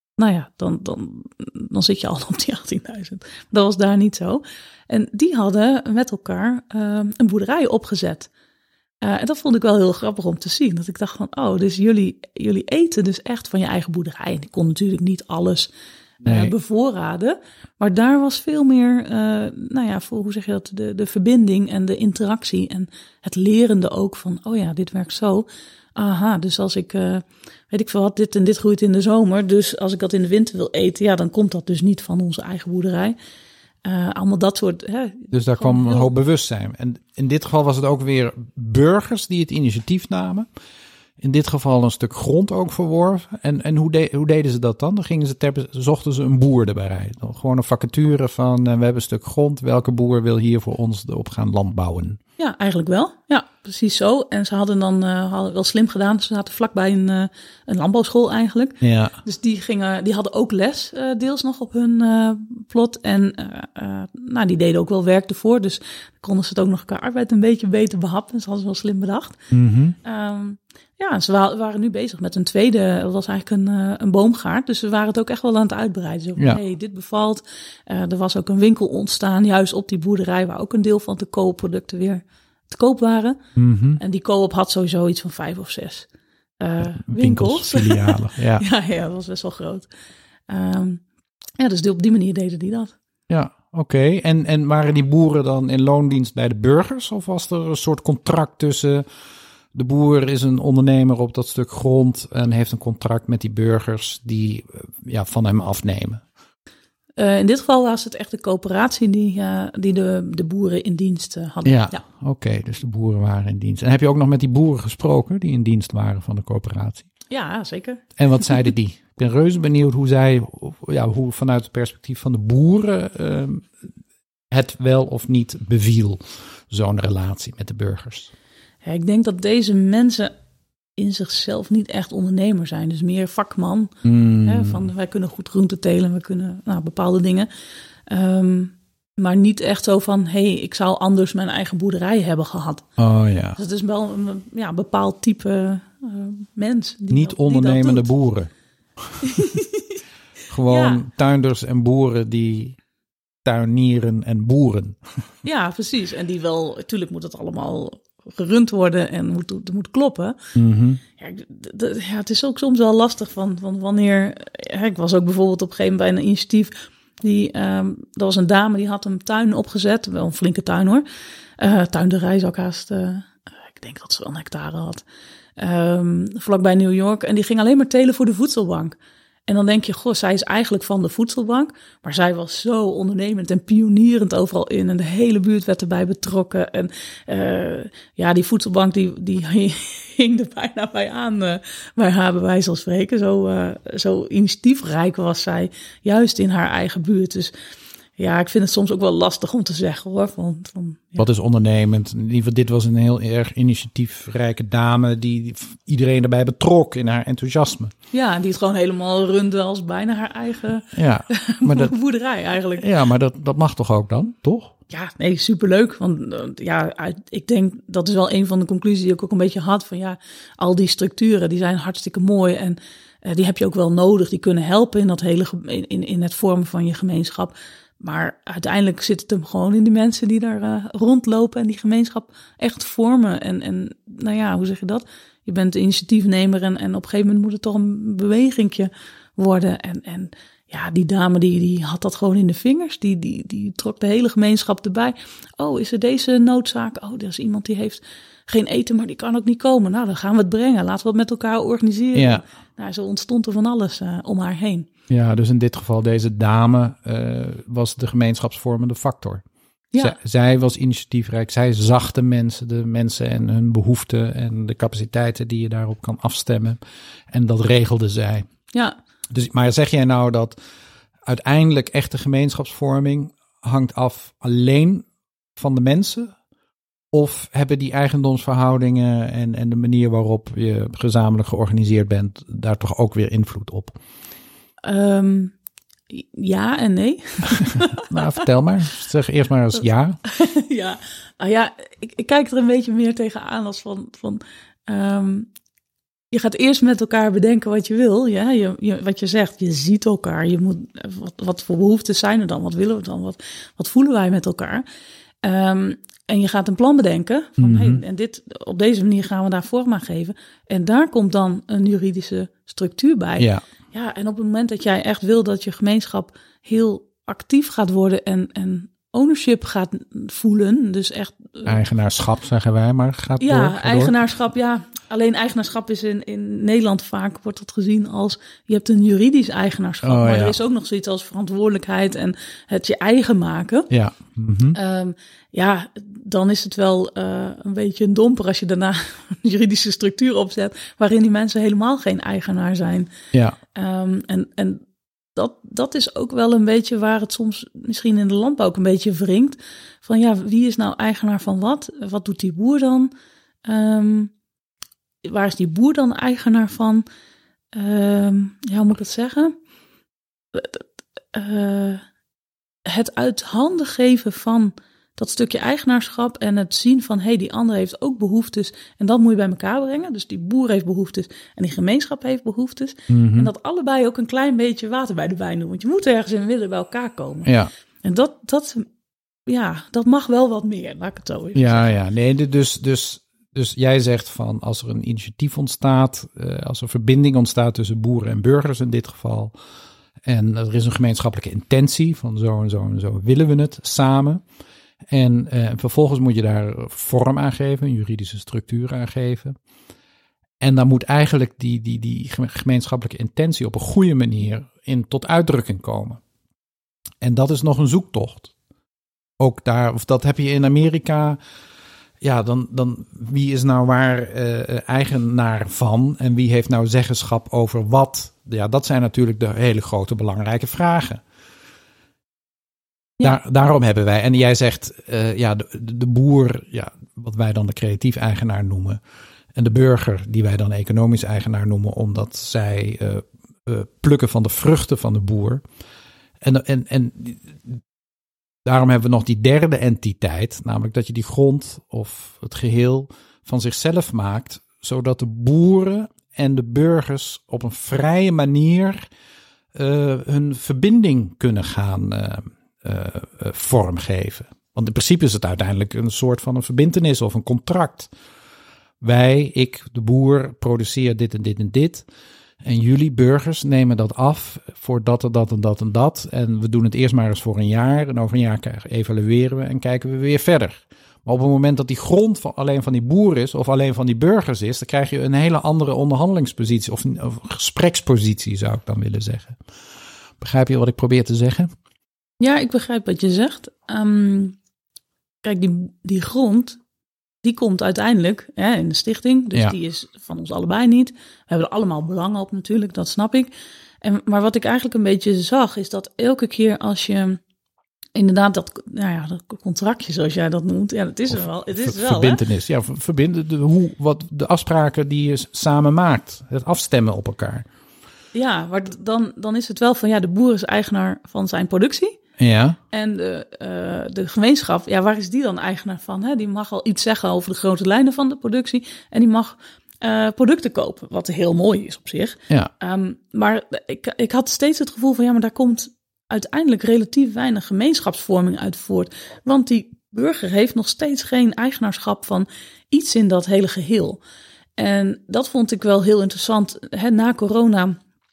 zit je al op die 18.000. Dat was daar niet zo. En die hadden met elkaar een boerderij opgezet. En dat vond ik wel heel grappig om te zien. Dat ik dacht van, dus jullie eten dus echt van je eigen boerderij. En ik kon natuurlijk niet alles bevoorraden. Maar daar was veel meer, voor hoe zeg je dat, de verbinding en de interactie. En het lerende ook van, dit werkt zo. Aha, dus als ik, weet ik veel wat, dit en dit groeit in de zomer. Dus als ik dat in de winter wil eten, dan komt dat dus niet van onze eigen boerderij. Allemaal dat soort. Dus daar kwam een hoop bewustzijn. En in dit geval was het ook weer burgers die het initiatief namen. In dit geval een stuk grond ook verworven. En hoe deden ze dat dan? Dan zochten ze een boer erbij. Gewoon een vacature van, we hebben een stuk grond. Welke boer wil hier voor ons op gaan landbouwen? Ja, eigenlijk wel. Ja, precies zo. En ze hadden dan wel slim gedaan. Ze zaten vlakbij een landbouwschool eigenlijk. Ja. Dus die hadden ook les deels nog op hun plot. En die deden ook wel werk ervoor. Dus konden ze het ook nog qua arbeid een beetje beter behappen. Dus hadden ze wel slim bedacht. Mm-hmm. Ze waren nu bezig met een tweede, dat was eigenlijk een boomgaard. Dus ze waren het ook echt wel aan het uitbreiden. Zo van, dit bevalt. Er was ook een winkel ontstaan, juist op die boerderij, waar ook een deel van de co-producten weer te koop waren. Mm-hmm. En die co-op had sowieso iets van 5 of 6 winkels. Filialen, ja. ja, dat was best wel groot. Dus op die manier deden die dat. Ja, oké. En waren die boeren dan in loondienst bij de burgers? Of was er een soort contract tussen... De boer is een ondernemer op dat stuk grond en heeft een contract met die burgers die van hem afnemen. In dit geval was het echt de coöperatie die de boeren in dienst hadden. Ja. Oké, dus de boeren waren in dienst. En heb je ook nog met die boeren gesproken die in dienst waren van de coöperatie? Ja, zeker. En wat zeiden die? Ik ben reuze benieuwd hoe vanuit het perspectief van de boeren het wel of niet beviel, zo'n relatie met de burgers. Ja, ik denk dat deze mensen in zichzelf niet echt ondernemer zijn. Dus meer vakman. Van wij kunnen goed groenten telen, we kunnen bepaalde dingen. Maar niet echt zo van, ik zou anders mijn eigen boerderij hebben gehad. Oh ja. Dus het is wel een bepaald type mens. Niet ondernemende boeren. Gewoon tuinders en boeren die tuinieren en boeren. Ja, precies. En die wel, natuurlijk moet het allemaal gerund worden en het moet kloppen. Mm-hmm. Het is ook soms wel lastig van wanneer... Ik was ook bijvoorbeeld op een gegeven moment bij een initiatief... Er was een dame die had een tuin opgezet. Wel een flinke tuin hoor. Tuinderij zou ik haast... ik denk dat ze wel een hectare had. Vlakbij New York. En die ging alleen maar telen voor de voedselbank. En dan denk je, goh, zij is eigenlijk van de voedselbank. Maar zij was zo ondernemend en pionierend overal in. En de hele buurt werd erbij betrokken. En die voedselbank die hing er bijna bij aan. Bij haar, bij wijze van spreken. Zo initiatiefrijk was zij. Juist in haar eigen buurt. Dus ja, ik vind het soms ook wel lastig om te zeggen hoor. Wat is ondernemend? In ieder geval, dit was een heel erg initiatiefrijke dame die iedereen erbij betrok in haar enthousiasme. Ja, die het gewoon helemaal runde als bijna haar eigen boerderij eigenlijk. Ja, maar dat mag toch ook dan, toch? Ja, nee, superleuk. Want ik denk, dat is wel een van de conclusies die ik ook een beetje had. Van al die structuren, die zijn hartstikke mooi en die heb je ook wel nodig. Die kunnen helpen in dat hele in het vormen van je gemeenschap. Maar uiteindelijk zit het hem gewoon in die mensen die daar rondlopen en die gemeenschap echt vormen. En hoe zeg je dat? Je bent de initiatiefnemer en op een gegeven moment moet het toch een bewegingje worden. En die dame die had dat gewoon in de vingers. Die trok de hele gemeenschap erbij. Oh, is er deze noodzaak? Oh, er is iemand die heeft geen eten, maar die kan ook niet komen. Nou, dan gaan we het brengen. Laten we het met elkaar organiseren. Ja. Nou, zo ontstond er van alles om haar heen. Ja, dus in dit geval deze dame was de gemeenschapsvormende factor. Ja. Zij was initiatiefrijk. Zij zag de mensen en hun behoeften en de capaciteiten die je daarop kan afstemmen. En dat regelde zij. Ja. Dus, maar zeg jij nou dat uiteindelijk echte gemeenschapsvorming hangt af alleen van de mensen? Of hebben die eigendomsverhoudingen en de manier waarop je gezamenlijk georganiseerd bent daar toch ook weer invloed op? Ja en nee. Nou, vertel maar. Zeg eerst maar eens ja. Ik kijk er een beetje meer tegenaan als van je gaat eerst met elkaar bedenken wat je wil. Ja? Wat je zegt, je ziet elkaar. Je moet, wat voor behoeftes zijn er dan? Wat willen we dan? Wat voelen wij met elkaar? En je gaat een plan bedenken. Van, en op deze manier gaan we daar vorm aan geven. En daar komt dan een juridische structuur bij. Ja, en op het moment dat jij echt wil dat je gemeenschap heel actief gaat worden en ownership gaat voelen. Dus echt... eigenaarschap zeggen wij, maar gaat door. Ja, eigenaarschap, ja. Alleen eigenaarschap is in Nederland vaak wordt dat gezien als je hebt een juridisch eigenaarschap. Maar er is ook nog zoiets als verantwoordelijkheid en het je eigen maken. Ja. Dan is het wel een beetje een domper als je daarna een juridische structuur opzet waarin die mensen helemaal geen eigenaar zijn. Ja. En dat is ook wel een beetje waar het soms misschien in de landbouw ook een beetje wringt. Van wie is nou eigenaar van wat? Wat doet die boer dan? Waar is die boer dan eigenaar van? Hoe moet ik dat zeggen? Het uit handen geven van dat stukje eigenaarschap en het zien van die ander heeft ook behoeftes en dat moet je bij elkaar brengen. Dus die boer heeft behoeftes en die gemeenschap heeft behoeftes. En dat allebei ook een klein beetje water bij de wijn doen. Want je moet ergens in willen bij elkaar komen. Ja. En dat mag wel wat meer, laat ik het zo even zeggen. Ja, nee, dus jij zegt van als er een initiatief ontstaat, als er verbinding ontstaat tussen boeren en burgers in dit geval, en er is een gemeenschappelijke intentie van zo en zo en zo willen we het samen. En vervolgens moet je daar vorm aan geven, een juridische structuur aan geven. En dan moet eigenlijk die gemeenschappelijke intentie op een goede manier tot uitdrukking komen. En dat is nog een zoektocht. Ook daar, of dat heb je in Amerika. Ja, dan wie is nou waar eigenaar van en wie heeft nou zeggenschap over wat? Ja, dat zijn natuurlijk de hele grote belangrijke vragen. Ja. Daarom hebben wij, en jij zegt, de boer, wat wij dan de creatief eigenaar noemen, en de burger, die wij dan economisch eigenaar noemen, omdat zij plukken van de vruchten van de boer. En Daarom hebben we nog die derde entiteit, namelijk dat je die grond of het geheel van zichzelf maakt, zodat de boeren en de burgers op een vrije manier hun verbinding kunnen gaan vormgeven. Want in principe is het uiteindelijk een soort van een verbintenis of een contract. Wij, ik, de boer, produceer dit en dit en dit. En jullie burgers nemen dat af voor dat en dat en dat en dat. En we doen het eerst maar eens voor een jaar. En over een jaar evalueren we en kijken we weer verder. Maar op het moment dat die grond alleen van die boer is of alleen van die burgers is, dan krijg je een hele andere onderhandelingspositie of een gesprekspositie, zou ik dan willen zeggen. Begrijp je wat ik probeer te zeggen? Ja, ik begrijp wat je zegt. Kijk, die grond, die komt uiteindelijk in de stichting. Dus die is van ons allebei niet. We hebben er allemaal belang op natuurlijk, dat snap ik. Maar wat ik eigenlijk een beetje zag, is dat elke keer als je inderdaad dat contractje, zoals jij dat noemt. Ja, dat is er wel. Het is wel, verbintenis. Ja, verbinden. Wat de afspraken die je samen maakt. Het afstemmen op elkaar. Ja, maar dan is het wel van, de boer is eigenaar van zijn productie. Ja. En de gemeenschap, waar is die dan eigenaar van? Hè? Die mag al iets zeggen over de grote lijnen van de productie. En die mag producten kopen, wat heel mooi is op zich. Ja. Maar ik had steeds het gevoel van, maar daar komt uiteindelijk relatief weinig gemeenschapsvorming uit voort. Want die burger heeft nog steeds geen eigenaarschap van iets in dat hele geheel. En dat vond ik wel heel interessant. Na corona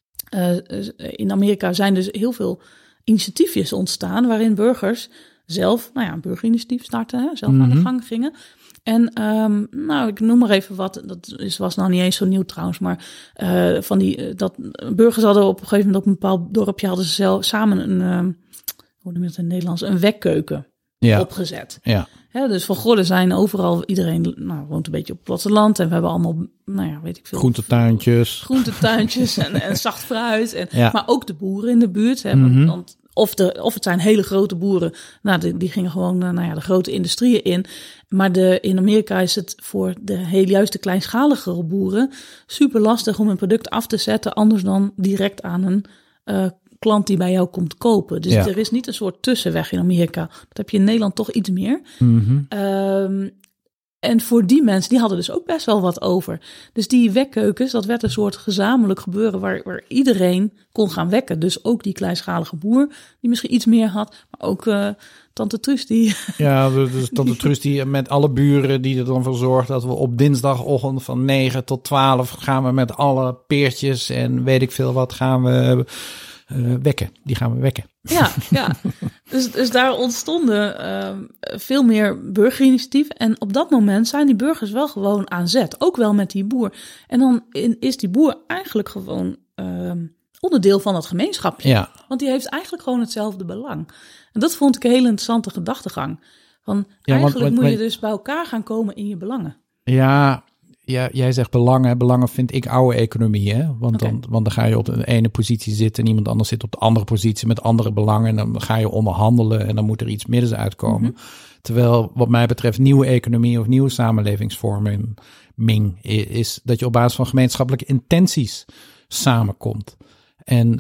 in Amerika zijn dus heel veel initiatiefjes ontstaan waarin burgers zelf, een burgerinitiatief starten, zelf aan de gang gingen. En ik noem maar even wat, was nou niet eens zo nieuw trouwens, maar dat burgers hadden op een gegeven moment op een bepaald dorpje hadden ze samen een, hoe noem je het in het Nederlands, een wekkeuken opgezet. Ja. Dus van Gordel zijn overal, iedereen woont een beetje op het platteland en we hebben allemaal, weet ik veel. Groentetuintjes en zacht fruit. Maar ook de boeren in de buurt. Want of het zijn hele grote boeren, die gingen gewoon de grote industrieën in. Maar in Amerika is het voor de heel juist de kleinschaligere boeren super lastig om een product af te zetten, anders dan direct aan een klant die bij jou komt kopen. Dus er is niet een soort tussenweg in Amerika. Dat heb je in Nederland toch iets meer. En voor die mensen, die hadden dus ook best wel wat over. Dus die wekkeukens, dat werd een soort gezamenlijk gebeuren waar iedereen kon gaan wekken. Dus ook die kleinschalige boer, die misschien iets meer had. Maar ook tante Truus die... Ja, dus tante Truus die met alle buren die er dan voor zorgt dat we op dinsdagochtend van 9 tot 12 gaan we met alle peertjes en weet ik veel wat gaan we... wekken. Die gaan we wekken. Ja. Dus daar ontstonden veel meer burgerinitiatieven. En op dat moment zijn die burgers wel gewoon aan zet. Ook wel met die boer. En dan is die boer eigenlijk gewoon onderdeel van het gemeenschapje. Ja. Want die heeft eigenlijk gewoon hetzelfde belang. En dat vond ik een hele interessante gedachtegang. Eigenlijk moet je dus bij elkaar gaan komen in je belangen. Ja, jij zegt belangen. Belangen vind ik oude economie, hè? Want dan ga je op de ene positie zitten en iemand anders zit op de andere positie met andere belangen. En dan ga je onderhandelen en dan moet er iets middens uitkomen. Terwijl wat mij betreft nieuwe economie of nieuwe samenlevingsvorming is dat je op basis van gemeenschappelijke intenties samenkomt. En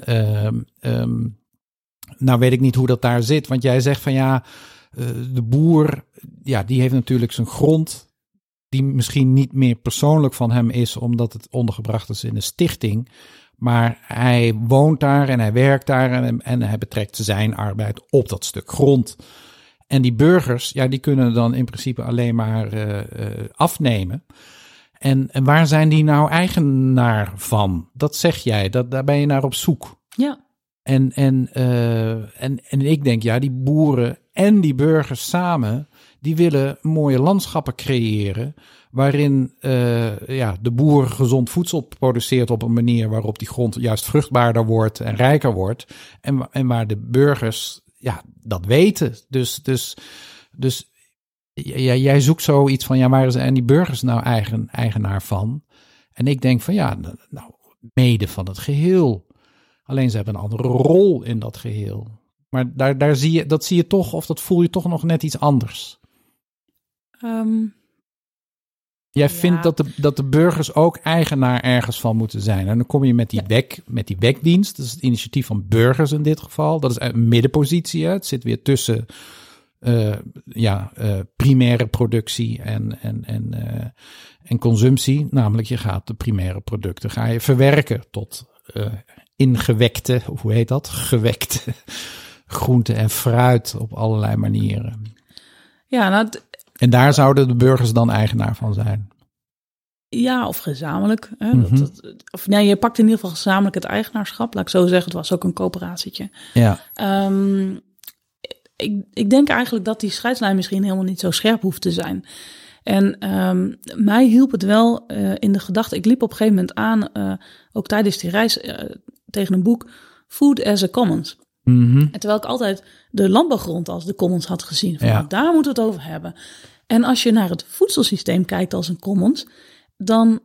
nou weet ik niet hoe dat daar zit, want jij zegt van de boer, die heeft natuurlijk zijn grond die misschien niet meer persoonlijk van hem is, omdat het ondergebracht is in een stichting. Maar hij woont daar en hij werkt daar en hij betrekt zijn arbeid op dat stuk grond. En die burgers, die kunnen dan in principe alleen maar afnemen. En waar zijn die nou eigenaar van? Dat zeg jij, daar ben je naar op zoek. Ja. En ik denk, die boeren en die burgers samen, die willen mooie landschappen creëren waarin de boer gezond voedsel produceert op een manier waarop die grond juist vruchtbaarder wordt en rijker wordt. En waar de burgers dat weten. Dus jij zoekt zoiets van, waar zijn die burgers nou eigenaar van? En ik denk van, mede van het geheel. Alleen ze hebben een andere rol in dat geheel. Maar daar zie je toch, of dat voel je toch nog net iets anders. Jij vindt dat de burgers ook eigenaar ergens van moeten zijn. En dan kom je met die WEC-dienst. Dat is het initiatief van burgers in dit geval. Dat is een middenpositie. Hè. Het zit weer tussen primaire productie en consumptie. Namelijk, je gaat de primaire producten verwerken tot ingewekte, of hoe heet dat? Gewekte groente en fruit op allerlei manieren. Ja, en daar zouden de burgers dan eigenaar van zijn. Ja, of gezamenlijk. Hè? Je pakt in ieder geval gezamenlijk het eigenaarschap. Laat ik zo zeggen, het was ook een coöperatietje. Ja. Ik denk eigenlijk dat die scheidslijn misschien helemaal niet zo scherp hoeft te zijn. En mij hielp het wel in de gedachte. Ik liep op een gegeven moment aan, ook tijdens die reis, tegen een boek Food as a Commons. Mm-hmm. En terwijl ik altijd de landbouwgrond als de commons had gezien. Daar moeten we het over hebben. En als je naar het voedselsysteem kijkt als een commons, dan,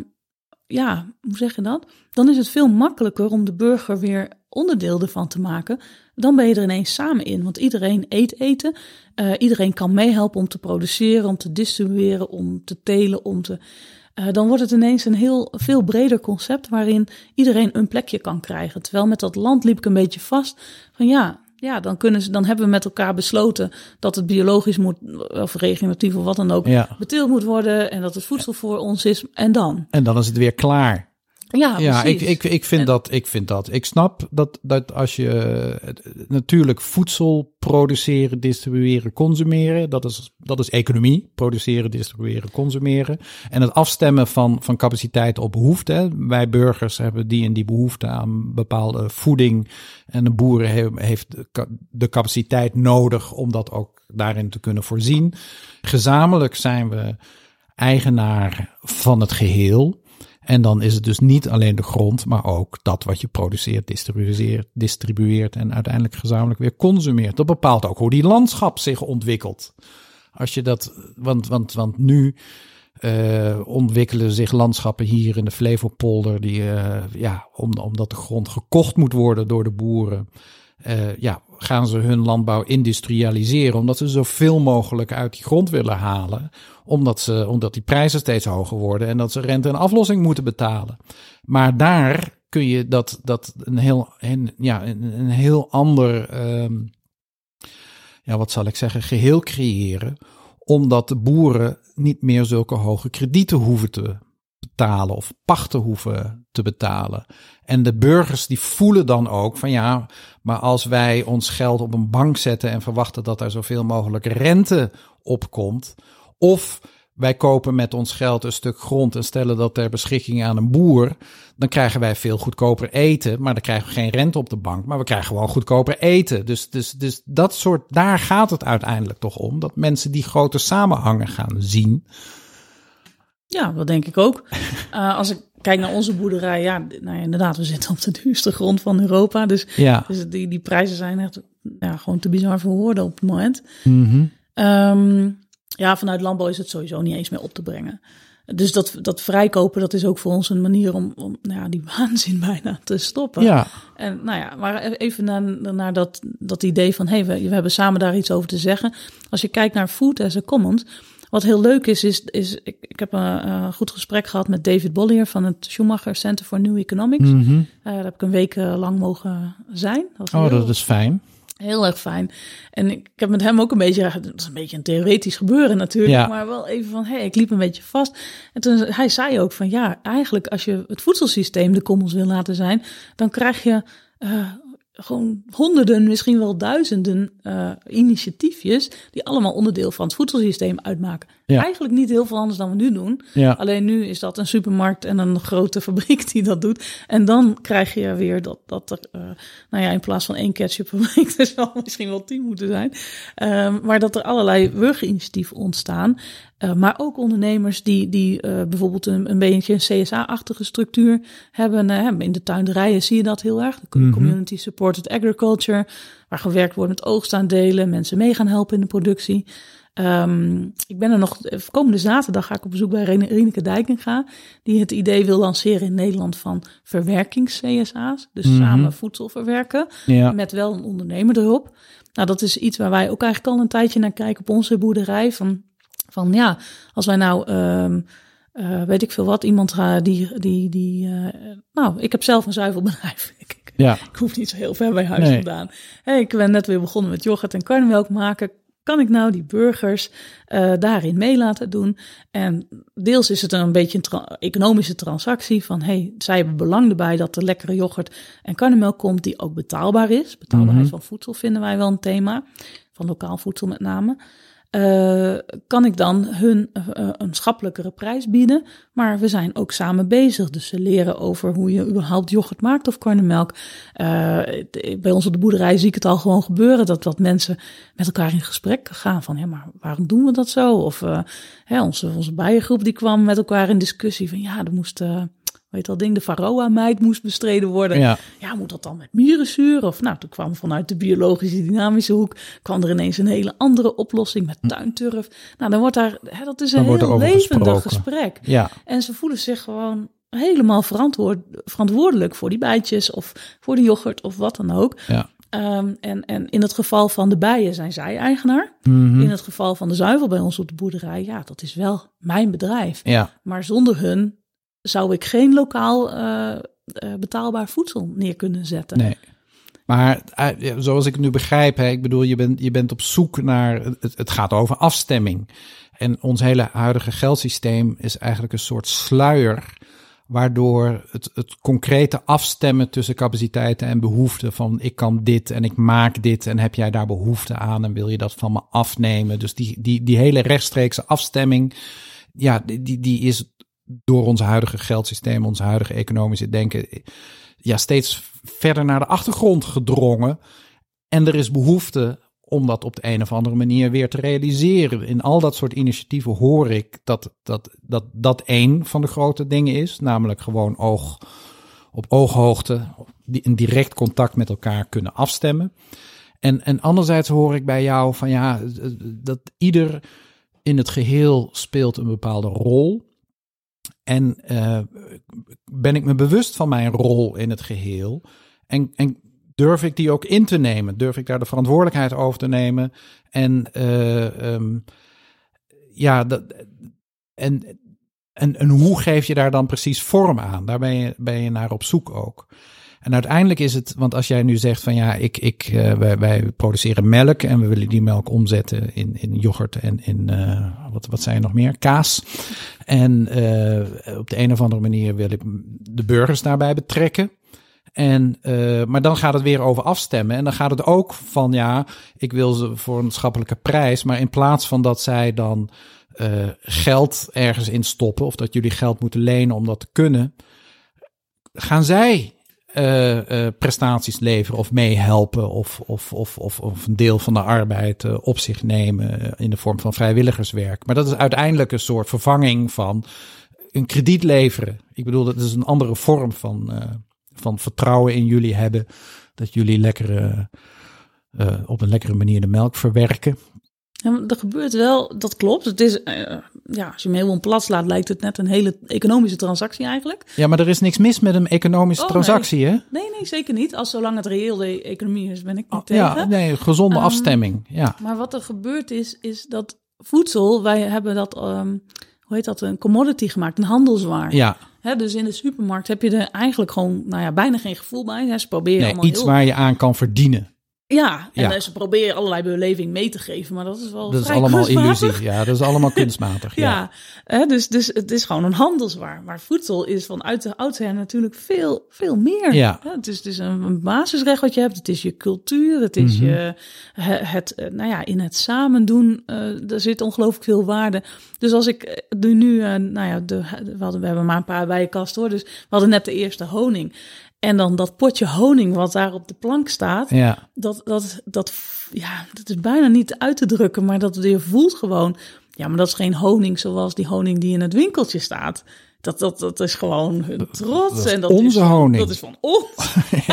hoe zeg je dat? Dan is het veel makkelijker om de burger weer onderdeel ervan te maken. Dan ben je er ineens samen in. Want iedereen eet eten. Iedereen kan meehelpen om te produceren, om te distribueren, om te telen, dan wordt het ineens een veel breder concept waarin iedereen een plekje kan krijgen. Terwijl met dat land liep ik een beetje vast van dan hebben we met elkaar besloten dat het biologisch moet, of regeneratief of wat dan ook, beteeld moet worden en dat het voedsel voor ons is. En dan is het weer klaar. Ja, ik vind dat. Ik snap dat als je natuurlijk voedsel produceren, distribueren, consumeren, dat is economie. Produceren, distribueren, consumeren. En het afstemmen van capaciteit op behoefte. Hè. Wij burgers hebben die en die behoefte aan bepaalde voeding. En de boeren heeft de capaciteit nodig om dat ook daarin te kunnen voorzien. Gezamenlijk zijn we eigenaar van het geheel. En dan is het dus niet alleen de grond, maar ook dat wat je produceert, distribueert en uiteindelijk gezamenlijk weer consumeert. Dat bepaalt ook hoe die landschap zich ontwikkelt. Als je dat, want nu ontwikkelen zich landschappen hier in de Flevopolder die, omdat de grond gekocht moet worden door de boeren, gaan ze hun landbouw industrialiseren, omdat ze zoveel mogelijk uit die grond willen halen, omdat die prijzen steeds hoger worden en dat ze rente en aflossing moeten betalen. Maar daar kun je dat een heel ander, geheel creëren, omdat de boeren niet meer zulke hoge kredieten hoeven te betalen of pachten hoeven te betalen. En de burgers die voelen dan ook van maar als wij ons geld op een bank zetten en verwachten dat er zoveel mogelijk rente op komt, of wij kopen met ons geld een stuk grond en stellen dat ter beschikking aan een boer, dan krijgen wij veel goedkoper eten, maar dan krijgen we geen rente op de bank, maar we krijgen gewoon goedkoper eten. Dus dat soort, daar gaat het uiteindelijk toch om, dat mensen die grote samenhangen gaan zien. Ja, dat denk ik ook. Als ik kijk naar onze boerderij, inderdaad, we zitten op de duurste grond van Europa. Dus die prijzen zijn echt gewoon te bizar voor woorden op het moment. Mm-hmm. Vanuit landbouw is het sowieso niet eens meer op te brengen. Dus dat vrijkopen, dat is ook voor ons een manier om die waanzin bijna te stoppen. Ja. En maar even naar dat idee van, we hebben samen daar iets over te zeggen. Als je kijkt naar Food as a Commons, wat heel leuk is ik heb een goed gesprek gehad met David Bollier van het Schumacher Center for New Economics. Mm-hmm. Daar heb ik een week lang mogen zijn. Dat is fijn. Heel erg fijn. En ik heb met hem ook een beetje, dat is een beetje een theoretisch gebeuren natuurlijk, maar wel even van, ik liep een beetje vast. En toen hij zei ook van, eigenlijk als je het voedselsysteem de commons wil laten zijn, dan krijg je gewoon honderden, misschien wel duizenden initiatiefjes die allemaal onderdeel van het voedselsysteem uitmaken. Ja. Eigenlijk niet heel veel anders dan we nu doen. Ja. Alleen nu is dat een supermarkt en een grote fabriek die dat doet. En dan krijg je weer dat er, in plaats van 1 ketchupfabriek, er zal misschien wel 10 moeten zijn. Maar dat er allerlei burgerinitiatieven ontstaan. Maar ook ondernemers die bijvoorbeeld een beetje een CSA-achtige structuur hebben. In de tuinderijen zie je dat heel erg. De Community Supported Agriculture, waar gewerkt wordt met oogstaandelen, mensen mee gaan helpen in de productie. Ik ben er nog, komende zaterdag ga ik op bezoek bij Rieneke Dijkinga, die het idee wil lanceren in Nederland van verwerkings-CSA's. Dus samen voedsel verwerken, met wel een ondernemer erop. Nou, dat is iets waar wij ook eigenlijk al een tijdje naar kijken op onze boerderij, van Van ja, als wij nou, weet ik veel wat, iemand ik heb zelf een zuivelbedrijf. Ik hoef niet zo heel ver bij huis vandaan. Hey, ik ben net weer begonnen met yoghurt en karnemelk maken. Kan ik nou die burgers daarin mee laten doen? En deels is het een beetje een economische transactie van zij hebben belang erbij dat er lekkere yoghurt en karnemelk komt die ook betaalbaar is. Betaalbaarheid van voedsel vinden wij wel een thema, van lokaal voedsel met name. Kan ik dan hun een schappelijkere prijs bieden. Maar we zijn ook samen bezig. Dus ze leren over hoe je überhaupt yoghurt maakt of karnemelk. Bij ons op de boerderij zie ik het al gewoon gebeuren. Dat mensen met elkaar in gesprek gaan van, maar waarom doen we dat zo? Of onze bijengroep die kwam met elkaar in discussie van, er moest... de Varroa-meid moest bestreden worden. Ja, moet dat dan met mierenzuur? Of toen kwam vanuit de biologische dynamische hoek, kwam er ineens een hele andere oplossing met tuinturf. Dan wordt dat is een heel levendig gesprek. Ja. En ze voelen zich gewoon helemaal verantwoordelijk voor die bijtjes of voor de yoghurt of wat dan ook. Ja. En in het geval van de bijen zijn zij eigenaar. Mm-hmm. In het geval van de zuivel bij ons op de boerderij, dat is wel mijn bedrijf. Ja. Maar zonder hun zou ik geen lokaal betaalbaar voedsel neer kunnen zetten. Nee. Maar zoals ik het nu begrijp, ik bedoel, je bent op zoek naar... Het gaat over afstemming. En ons hele huidige geldsysteem is eigenlijk een soort sluier, waardoor het concrete afstemmen tussen capaciteiten en behoeften van ik kan dit en ik maak dit en heb jij daar behoefte aan en wil je dat van me afnemen? Dus die hele rechtstreekse afstemming, die is door ons huidige geldsysteem, ons huidige economische denken, steeds verder naar de achtergrond gedrongen. En er is behoefte om dat op de een of andere manier weer te realiseren. In al dat soort initiatieven hoor ik dat één van de grote dingen is, namelijk gewoon op ooghoogte, in direct contact met elkaar kunnen afstemmen. En anderzijds hoor ik bij jou van dat ieder in het geheel speelt een bepaalde rol. En ben ik me bewust van mijn rol in het geheel? En durf ik die ook in te nemen? Durf ik daar de verantwoordelijkheid over te nemen? En hoe geef je daar dan precies vorm aan? Daar ben je naar op zoek ook. En uiteindelijk is het, want als jij nu zegt van wij produceren melk en we willen die melk omzetten in yoghurt en in, wat zijn er nog meer? Kaas. En op de een of andere manier wil ik de burgers daarbij betrekken. Maar dan gaat het weer over afstemmen. En dan gaat het ook van ik wil ze voor een schappelijke prijs, maar in plaats van dat zij dan geld ergens in stoppen of dat jullie geld moeten lenen om dat te kunnen, gaan zij prestaties leveren of meehelpen of een deel van de arbeid op zich nemen in de vorm van vrijwilligerswerk. Maar dat is uiteindelijk een soort vervanging van een krediet leveren. Ik bedoel, dat is een andere vorm van vertrouwen in jullie hebben, dat jullie op een lekkere manier de melk verwerken. Ja, er gebeurt wel, dat klopt. Het is, als je hem heel plat laat, lijkt het net een hele economische transactie eigenlijk. Ja, maar er is niks mis met een economische transactie, hè? Nee, zeker niet. Zolang het reëel de economie is, ben ik niet tegen. Ja, nee, gezonde afstemming, ja. Maar wat er gebeurt is dat voedsel, wij hebben dat, een commodity gemaakt, een handelswaar. Ja. Dus in de supermarkt heb je er eigenlijk gewoon, bijna geen gevoel bij. Ze proberen allemaal iets waar je aan kan verdienen. Ja, en ze proberen allerlei beleving mee te geven, maar dat is wel dat is allemaal illusie, ja, dat is allemaal kunstmatig. Dus het is gewoon een handelswaar. Maar voedsel is vanuit de oudsher natuurlijk veel meer. Ja. Het is een basisrecht wat je hebt, het is je cultuur, het is in het samen doen, er zit ongelooflijk veel waarde. Dus als ik nu, we hebben maar een paar bijenkasten hoor, dus we hadden net de eerste honing. En dan dat potje honing wat daar op de plank staat, dat is bijna niet uit te drukken, maar je voelt gewoon, maar dat is geen honing zoals die honing die in het winkeltje staat. Dat is gewoon hun trots. Dat is onze honing. Dat is van ons.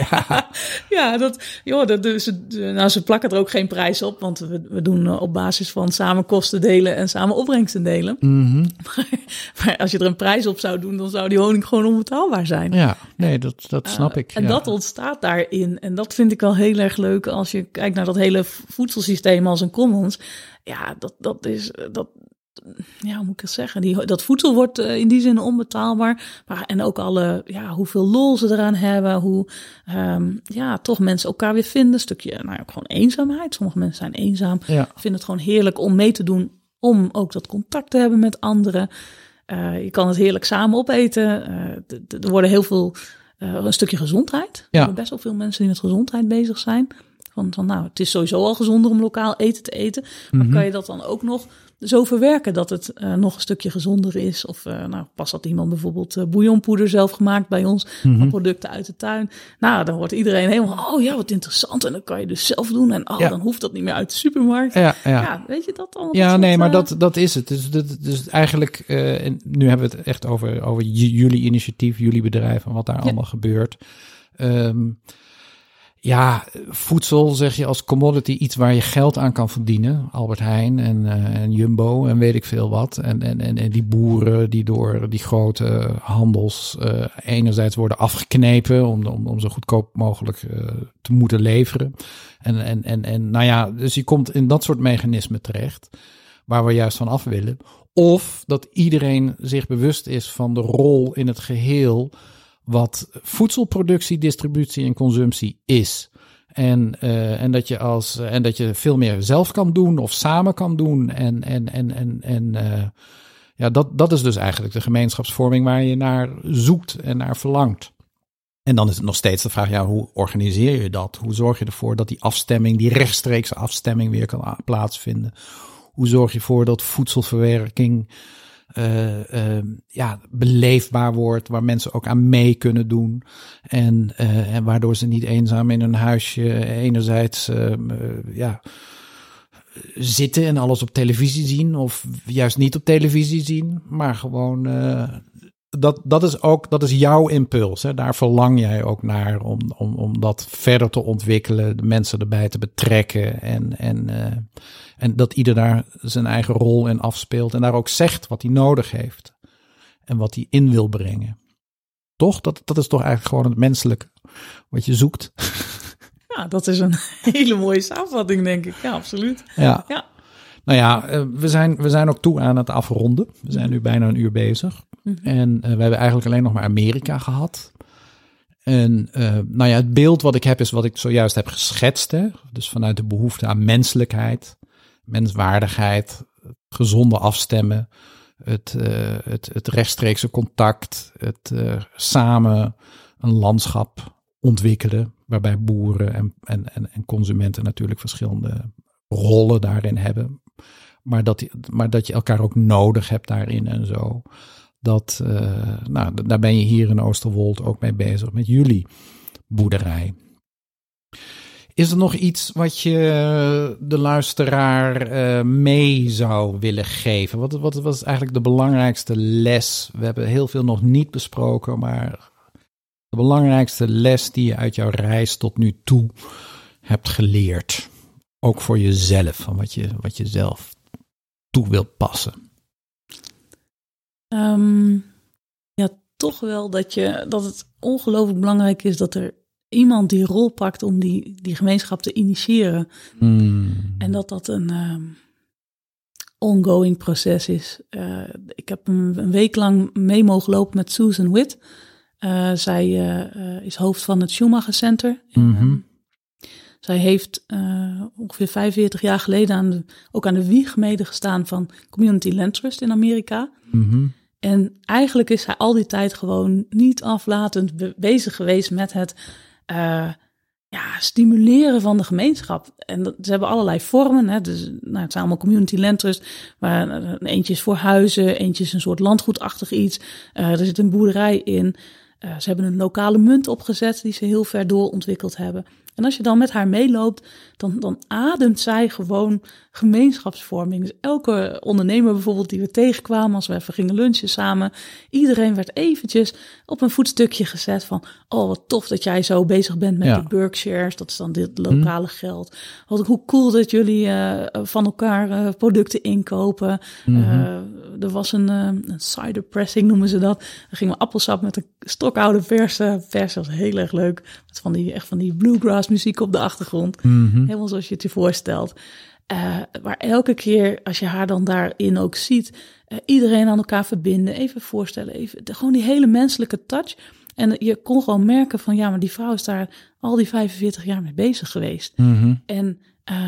Ze plakken er ook geen prijs op, want we doen op basis van samen kosten delen en samen opbrengsten delen. Mm-hmm. Maar als je er een prijs op zou doen, dan zou die honing gewoon onbetaalbaar zijn. Ja, nee, dat snap ik. En dat ontstaat daarin. En dat vind ik wel heel erg leuk als je kijkt naar dat hele voedselsysteem als een commons. Ja, dat hoe moet ik het zeggen? Dat voedsel wordt in die zin onbetaalbaar. En ook hoeveel lol ze eraan hebben. Hoe toch mensen elkaar weer vinden. Een stukje, ook gewoon eenzaamheid. Sommige mensen zijn eenzaam. Ja. Vinden het gewoon heerlijk om mee te doen. Om ook dat contact te hebben met anderen. Je kan het heerlijk samen opeten. Er worden heel veel... een stukje gezondheid. Er zijn best wel veel mensen die met gezondheid bezig zijn. Het is sowieso al gezonder om lokaal eten te eten. Maar kan je dat dan ook nog zo verwerken dat het nog een stukje gezonder is? Of pas had iemand bijvoorbeeld bouillonpoeder zelf gemaakt bij ons. Van producten uit de tuin. Dan wordt iedereen helemaal, wat interessant. En dan kan je dus zelf doen. En dan hoeft dat niet meer uit de supermarkt. Ja, weet je dat allemaal? Ja, nee, maar dat is het. Dus eigenlijk, nu hebben we het echt over jullie initiatief, jullie bedrijf en wat daar allemaal gebeurt. Voedsel zeg je als commodity, iets waar je geld aan kan verdienen. Albert Heijn en Jumbo en weet ik veel wat. En die boeren die door die grote handels enerzijds worden afgeknepen om zo goedkoop mogelijk te moeten leveren. Dus je komt in dat soort mechanismen terecht waar we juist van af willen. Of dat iedereen zich bewust is van de rol in het geheel wat voedselproductie, distributie en consumptie is. En dat je veel meer zelf kan doen of samen kan doen. Dat is dus eigenlijk de gemeenschapsvorming waar je naar zoekt en naar verlangt. En dan is het nog steeds de vraag, hoe organiseer je dat? Hoe zorg je ervoor dat die afstemming, die rechtstreekse afstemming weer kan plaatsvinden? Hoe zorg je ervoor dat voedselverwerking beleefbaar wordt, waar mensen ook aan mee kunnen doen en waardoor ze niet eenzaam in hun huisje enerzijds zitten en alles op televisie zien of juist niet op televisie zien, maar gewoon dat is jouw impuls. Hè? Daar verlang jij ook naar om dat verder te ontwikkelen, de mensen erbij te betrekken en dat ieder daar zijn eigen rol in afspeelt en daar ook zegt wat hij nodig heeft en wat hij in wil brengen. Toch? Dat is toch eigenlijk gewoon het menselijke wat je zoekt. Ja, dat is een hele mooie samenvatting, denk ik. Ja, absoluut. Ja. We zijn ook toe aan het afronden. We zijn nu bijna een uur bezig. En we hebben eigenlijk alleen nog maar Amerika gehad. En het beeld wat ik heb is wat ik zojuist heb geschetst. Hè? Dus vanuit de behoefte aan menselijkheid, menswaardigheid, gezonde afstemmen, het rechtstreekse contact, het samen een landschap ontwikkelen, waarbij boeren en consumenten natuurlijk verschillende rollen daarin hebben. Maar dat je elkaar ook nodig hebt daarin en zo. Daar ben je hier in Oosterwold ook mee bezig met jullie boerderij. Is er nog iets wat je de luisteraar mee zou willen geven? Wat was eigenlijk de belangrijkste les? We hebben heel veel nog niet besproken, maar de belangrijkste les die je uit jouw reis tot nu toe hebt geleerd. Ook voor jezelf, van wat je zelf toe wilt passen. Toch wel dat het ongelooflijk belangrijk is dat er iemand die rol pakt om die gemeenschap te initiëren. En dat een ongoing proces is. Ik heb een week lang mee mogen lopen met Susan Witt. Zij is hoofd van het Schumacher Center. Zij heeft ongeveer 45 jaar geleden ook aan de wieg medegestaan van Community Land Trust in Amerika. En eigenlijk is hij al die tijd gewoon niet aflatend bezig geweest met het stimuleren van de gemeenschap. En ze hebben allerlei vormen. Hè. Dus, het zijn allemaal Community Land Trust. Maar eentje is voor huizen, eentje is een soort landgoedachtig iets. Er zit een boerderij in. Ze hebben een lokale munt opgezet die ze heel ver doorontwikkeld hebben. En als je dan met haar meeloopt, dan ademt zij gewoon gemeenschapsvorming. Dus elke ondernemer bijvoorbeeld die we tegenkwamen als we even gingen lunchen samen. Iedereen werd eventjes op een voetstukje gezet van, oh wat tof dat jij zo bezig bent met de Berkshires. Dat is dan dit lokale geld. Hoe cool dat jullie van elkaar producten inkopen. Er was een cider pressing noemen ze dat. Dan gingen we appelsap met een stokoude verse. Dat was heel erg leuk. Met van die bluegrass muziek op de achtergrond. Helemaal zoals je het je voorstelt. Maar elke keer als je haar dan daarin ook ziet, iedereen aan elkaar verbinden, even voorstellen, gewoon die hele menselijke touch. En je kon gewoon merken van, ja, maar die vrouw is daar al die 45 jaar mee bezig geweest. Mm-hmm. En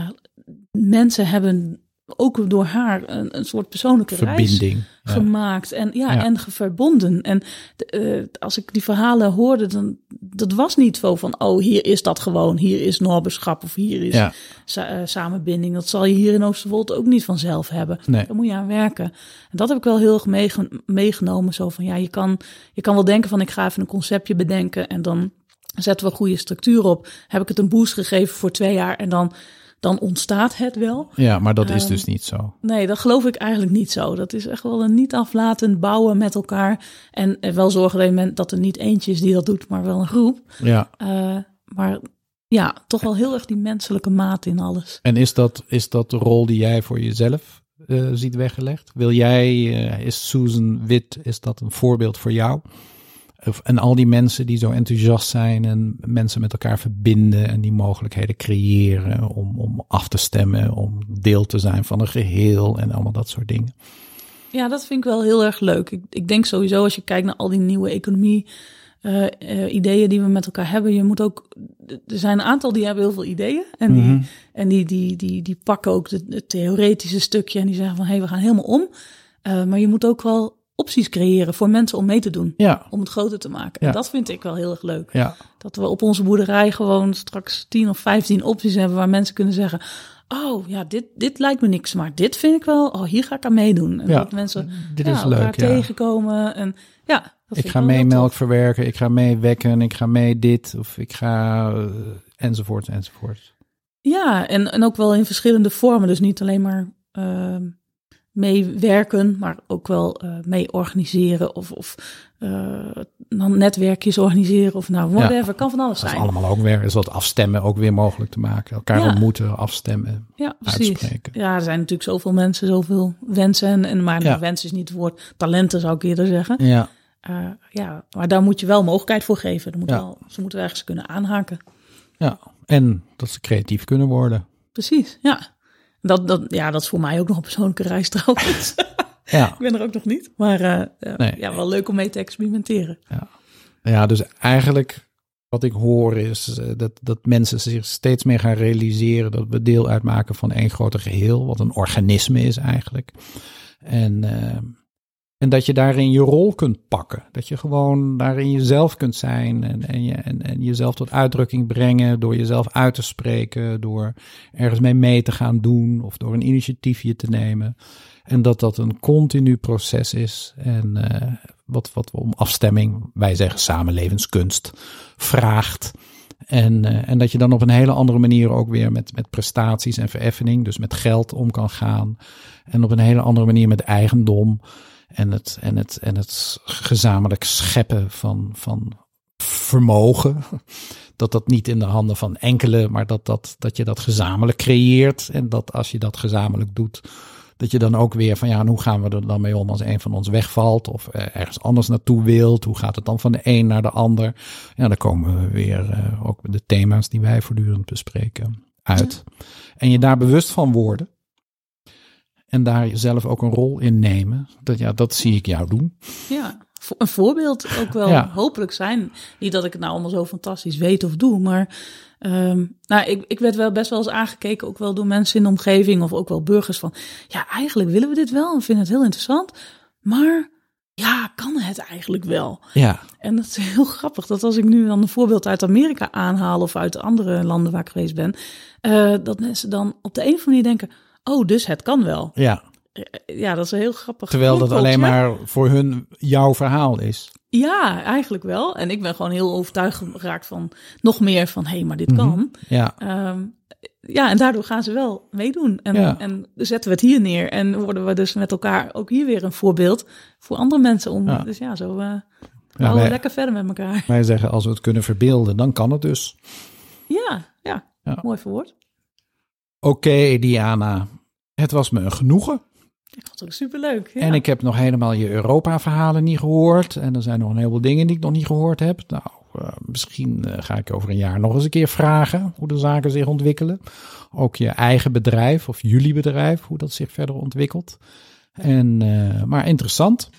mensen hebben ook door haar een soort persoonlijke verbinding reis gemaakt en verbonden. En als ik die verhalen hoorde, dan dat was niet zo van, oh, hier is dat gewoon, hier is Norberschap of hier is samenbinding. Dat zal je hier in Oosterwold ook niet vanzelf hebben. Nee. Daar moet je aan werken. En dat heb ik wel heel erg meegenomen. Zo van, ja, je kan wel denken van, ik ga even een conceptje bedenken en dan zetten we een goede structuur op. Heb ik het een boost gegeven voor 2 jaar en dan ontstaat het wel. Ja, maar dat is dus niet zo. Nee, dat geloof ik eigenlijk niet zo. Dat is echt wel een niet aflatend bouwen met elkaar. En wel zorgen dat er niet eentje is die dat doet, maar wel een groep. Ja. Maar ja, toch wel heel erg die menselijke maat in alles. En is dat de rol die jij voor jezelf ziet weggelegd? Is Susan Witt, is dat een voorbeeld voor jou? En al die mensen die zo enthousiast zijn en mensen met elkaar verbinden en die mogelijkheden creëren om af te stemmen, om deel te zijn van een geheel en allemaal dat soort dingen. Ja, dat vind ik wel heel erg leuk. Ik denk sowieso als je kijkt naar al die nieuwe economie ideeën die we met elkaar hebben, je moet ook, er zijn een aantal die hebben heel veel ideeën en die pakken ook het theoretische stukje en die zeggen van, hey, we gaan helemaal om. Maar je moet ook wel opties creëren voor mensen om mee te doen. Ja. Om het groter te maken. Ja. En dat vind ik wel heel erg leuk. Ja. Dat we op onze boerderij gewoon straks 10 of 15 opties hebben waar mensen kunnen zeggen, oh ja, dit lijkt me niks, maar dit vind ik wel, oh, hier ga ik aan meedoen. En dat mensen elkaar tegenkomen. En ik ga mee melk verwerken, ik ga mee wekken, ik ga mee dit, of ik ga enzovoort. Ja, en ook wel in verschillende vormen. Dus niet alleen maar meewerken, maar ook wel mee organiseren of dan netwerkjes organiseren of nou whatever, kan van alles zijn. Dat is allemaal ook weer, is dat afstemmen ook weer mogelijk te maken. Elkaar ontmoeten, afstemmen, uitspreken. Ja, er zijn natuurlijk zoveel mensen, zoveel wensen maar wens is niet het woord, talenten zou ik eerder zeggen. Ja. Maar daar moet je wel mogelijkheid voor geven. Ze moeten ergens kunnen aanhaken. Ja, en dat ze creatief kunnen worden. Precies, ja. Dat is voor mij ook nog een persoonlijke reis trouwens. Ik ben er ook nog niet. Maar wel leuk om mee te experimenteren. Ja, dus eigenlijk wat ik hoor is dat mensen zich steeds meer gaan realiseren dat we deel uitmaken van één grote geheel. Wat een organisme is eigenlijk. En dat je daarin je rol kunt pakken. Dat je gewoon daarin jezelf kunt zijn en jezelf tot uitdrukking brengen door jezelf uit te spreken, door ergens mee te gaan doen of door een initiatiefje te nemen. En dat een continu proces is en wat we om afstemming, wij zeggen samenlevenskunst, vraagt. En dat je dan op een hele andere manier ook weer met prestaties en vereffening, dus met geld om kan gaan. En op een hele andere manier met eigendom. En het gezamenlijk scheppen van vermogen. Dat niet in de handen van enkele, maar dat je dat gezamenlijk creëert. En dat als je dat gezamenlijk doet, dat je dan ook weer van en hoe gaan we er dan mee om als een van ons wegvalt of ergens anders naartoe wilt. Hoe gaat het dan van de een naar de ander? Ja, dan komen we weer ook de thema's die wij voortdurend bespreken uit. Ja. En je daar bewust van worden. En daar zelf ook een rol in nemen. Dat zie ik jou doen. Ja, een voorbeeld ook wel hopelijk zijn. Niet dat ik het nou allemaal zo fantastisch weet of doe. Maar ik werd wel best wel eens aangekeken. Ook wel door mensen in de omgeving. Of ook wel burgers van. Ja, eigenlijk willen we dit wel. En vinden het heel interessant. Maar ja, kan het eigenlijk wel? Ja. En dat is heel grappig. Dat als ik nu dan een voorbeeld uit Amerika aanhaal. Of uit andere landen waar ik geweest ben. Dat mensen dan op de een of andere manier denken. Oh, dus het kan wel. Ja. Ja, dat is heel grappig. Terwijl dat alleen maar voor hun jouw verhaal is. Ja, eigenlijk wel. En ik ben gewoon heel overtuigd geraakt van nog meer van, hé, maar dit kan. Ja. En daardoor gaan ze wel meedoen. En zetten we het hier neer. En worden we dus met elkaar ook hier weer een voorbeeld voor andere mensen om. Ja. Dus zo houden we lekker verder met elkaar. Wij zeggen, als we het kunnen verbeelden, dan kan het dus. Ja. Mooi verwoord. Oké, Diana. Het was me een genoegen. Ik vond het ook superleuk. Ja. En ik heb nog helemaal je Europa-verhalen niet gehoord. En er zijn nog een heleboel dingen die ik nog niet gehoord heb. Nou, Misschien ga ik over een jaar nog eens een keer vragen hoe de zaken zich ontwikkelen. Ook je eigen bedrijf of jullie bedrijf, hoe dat zich verder ontwikkelt. Maar interessant.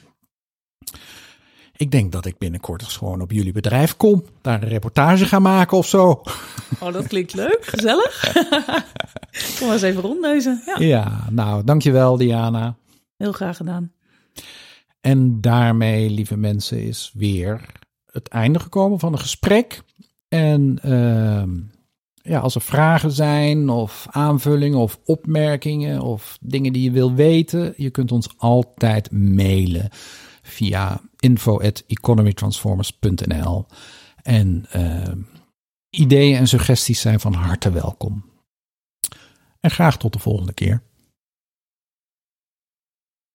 Ik denk dat ik binnenkort eens gewoon op jullie bedrijf kom. Daar een reportage ga maken of zo. Oh, dat klinkt leuk. Gezellig. Kom maar eens even rondneuzen. Ja, nou, dankjewel Diana. Heel graag gedaan. En daarmee, lieve mensen, is weer het einde gekomen van een gesprek. En als er vragen zijn of aanvullingen of opmerkingen of dingen die je wil weten, je kunt ons altijd mailen via info@economytransformers.nl. En ideeën en suggesties zijn van harte welkom. En graag tot de volgende keer.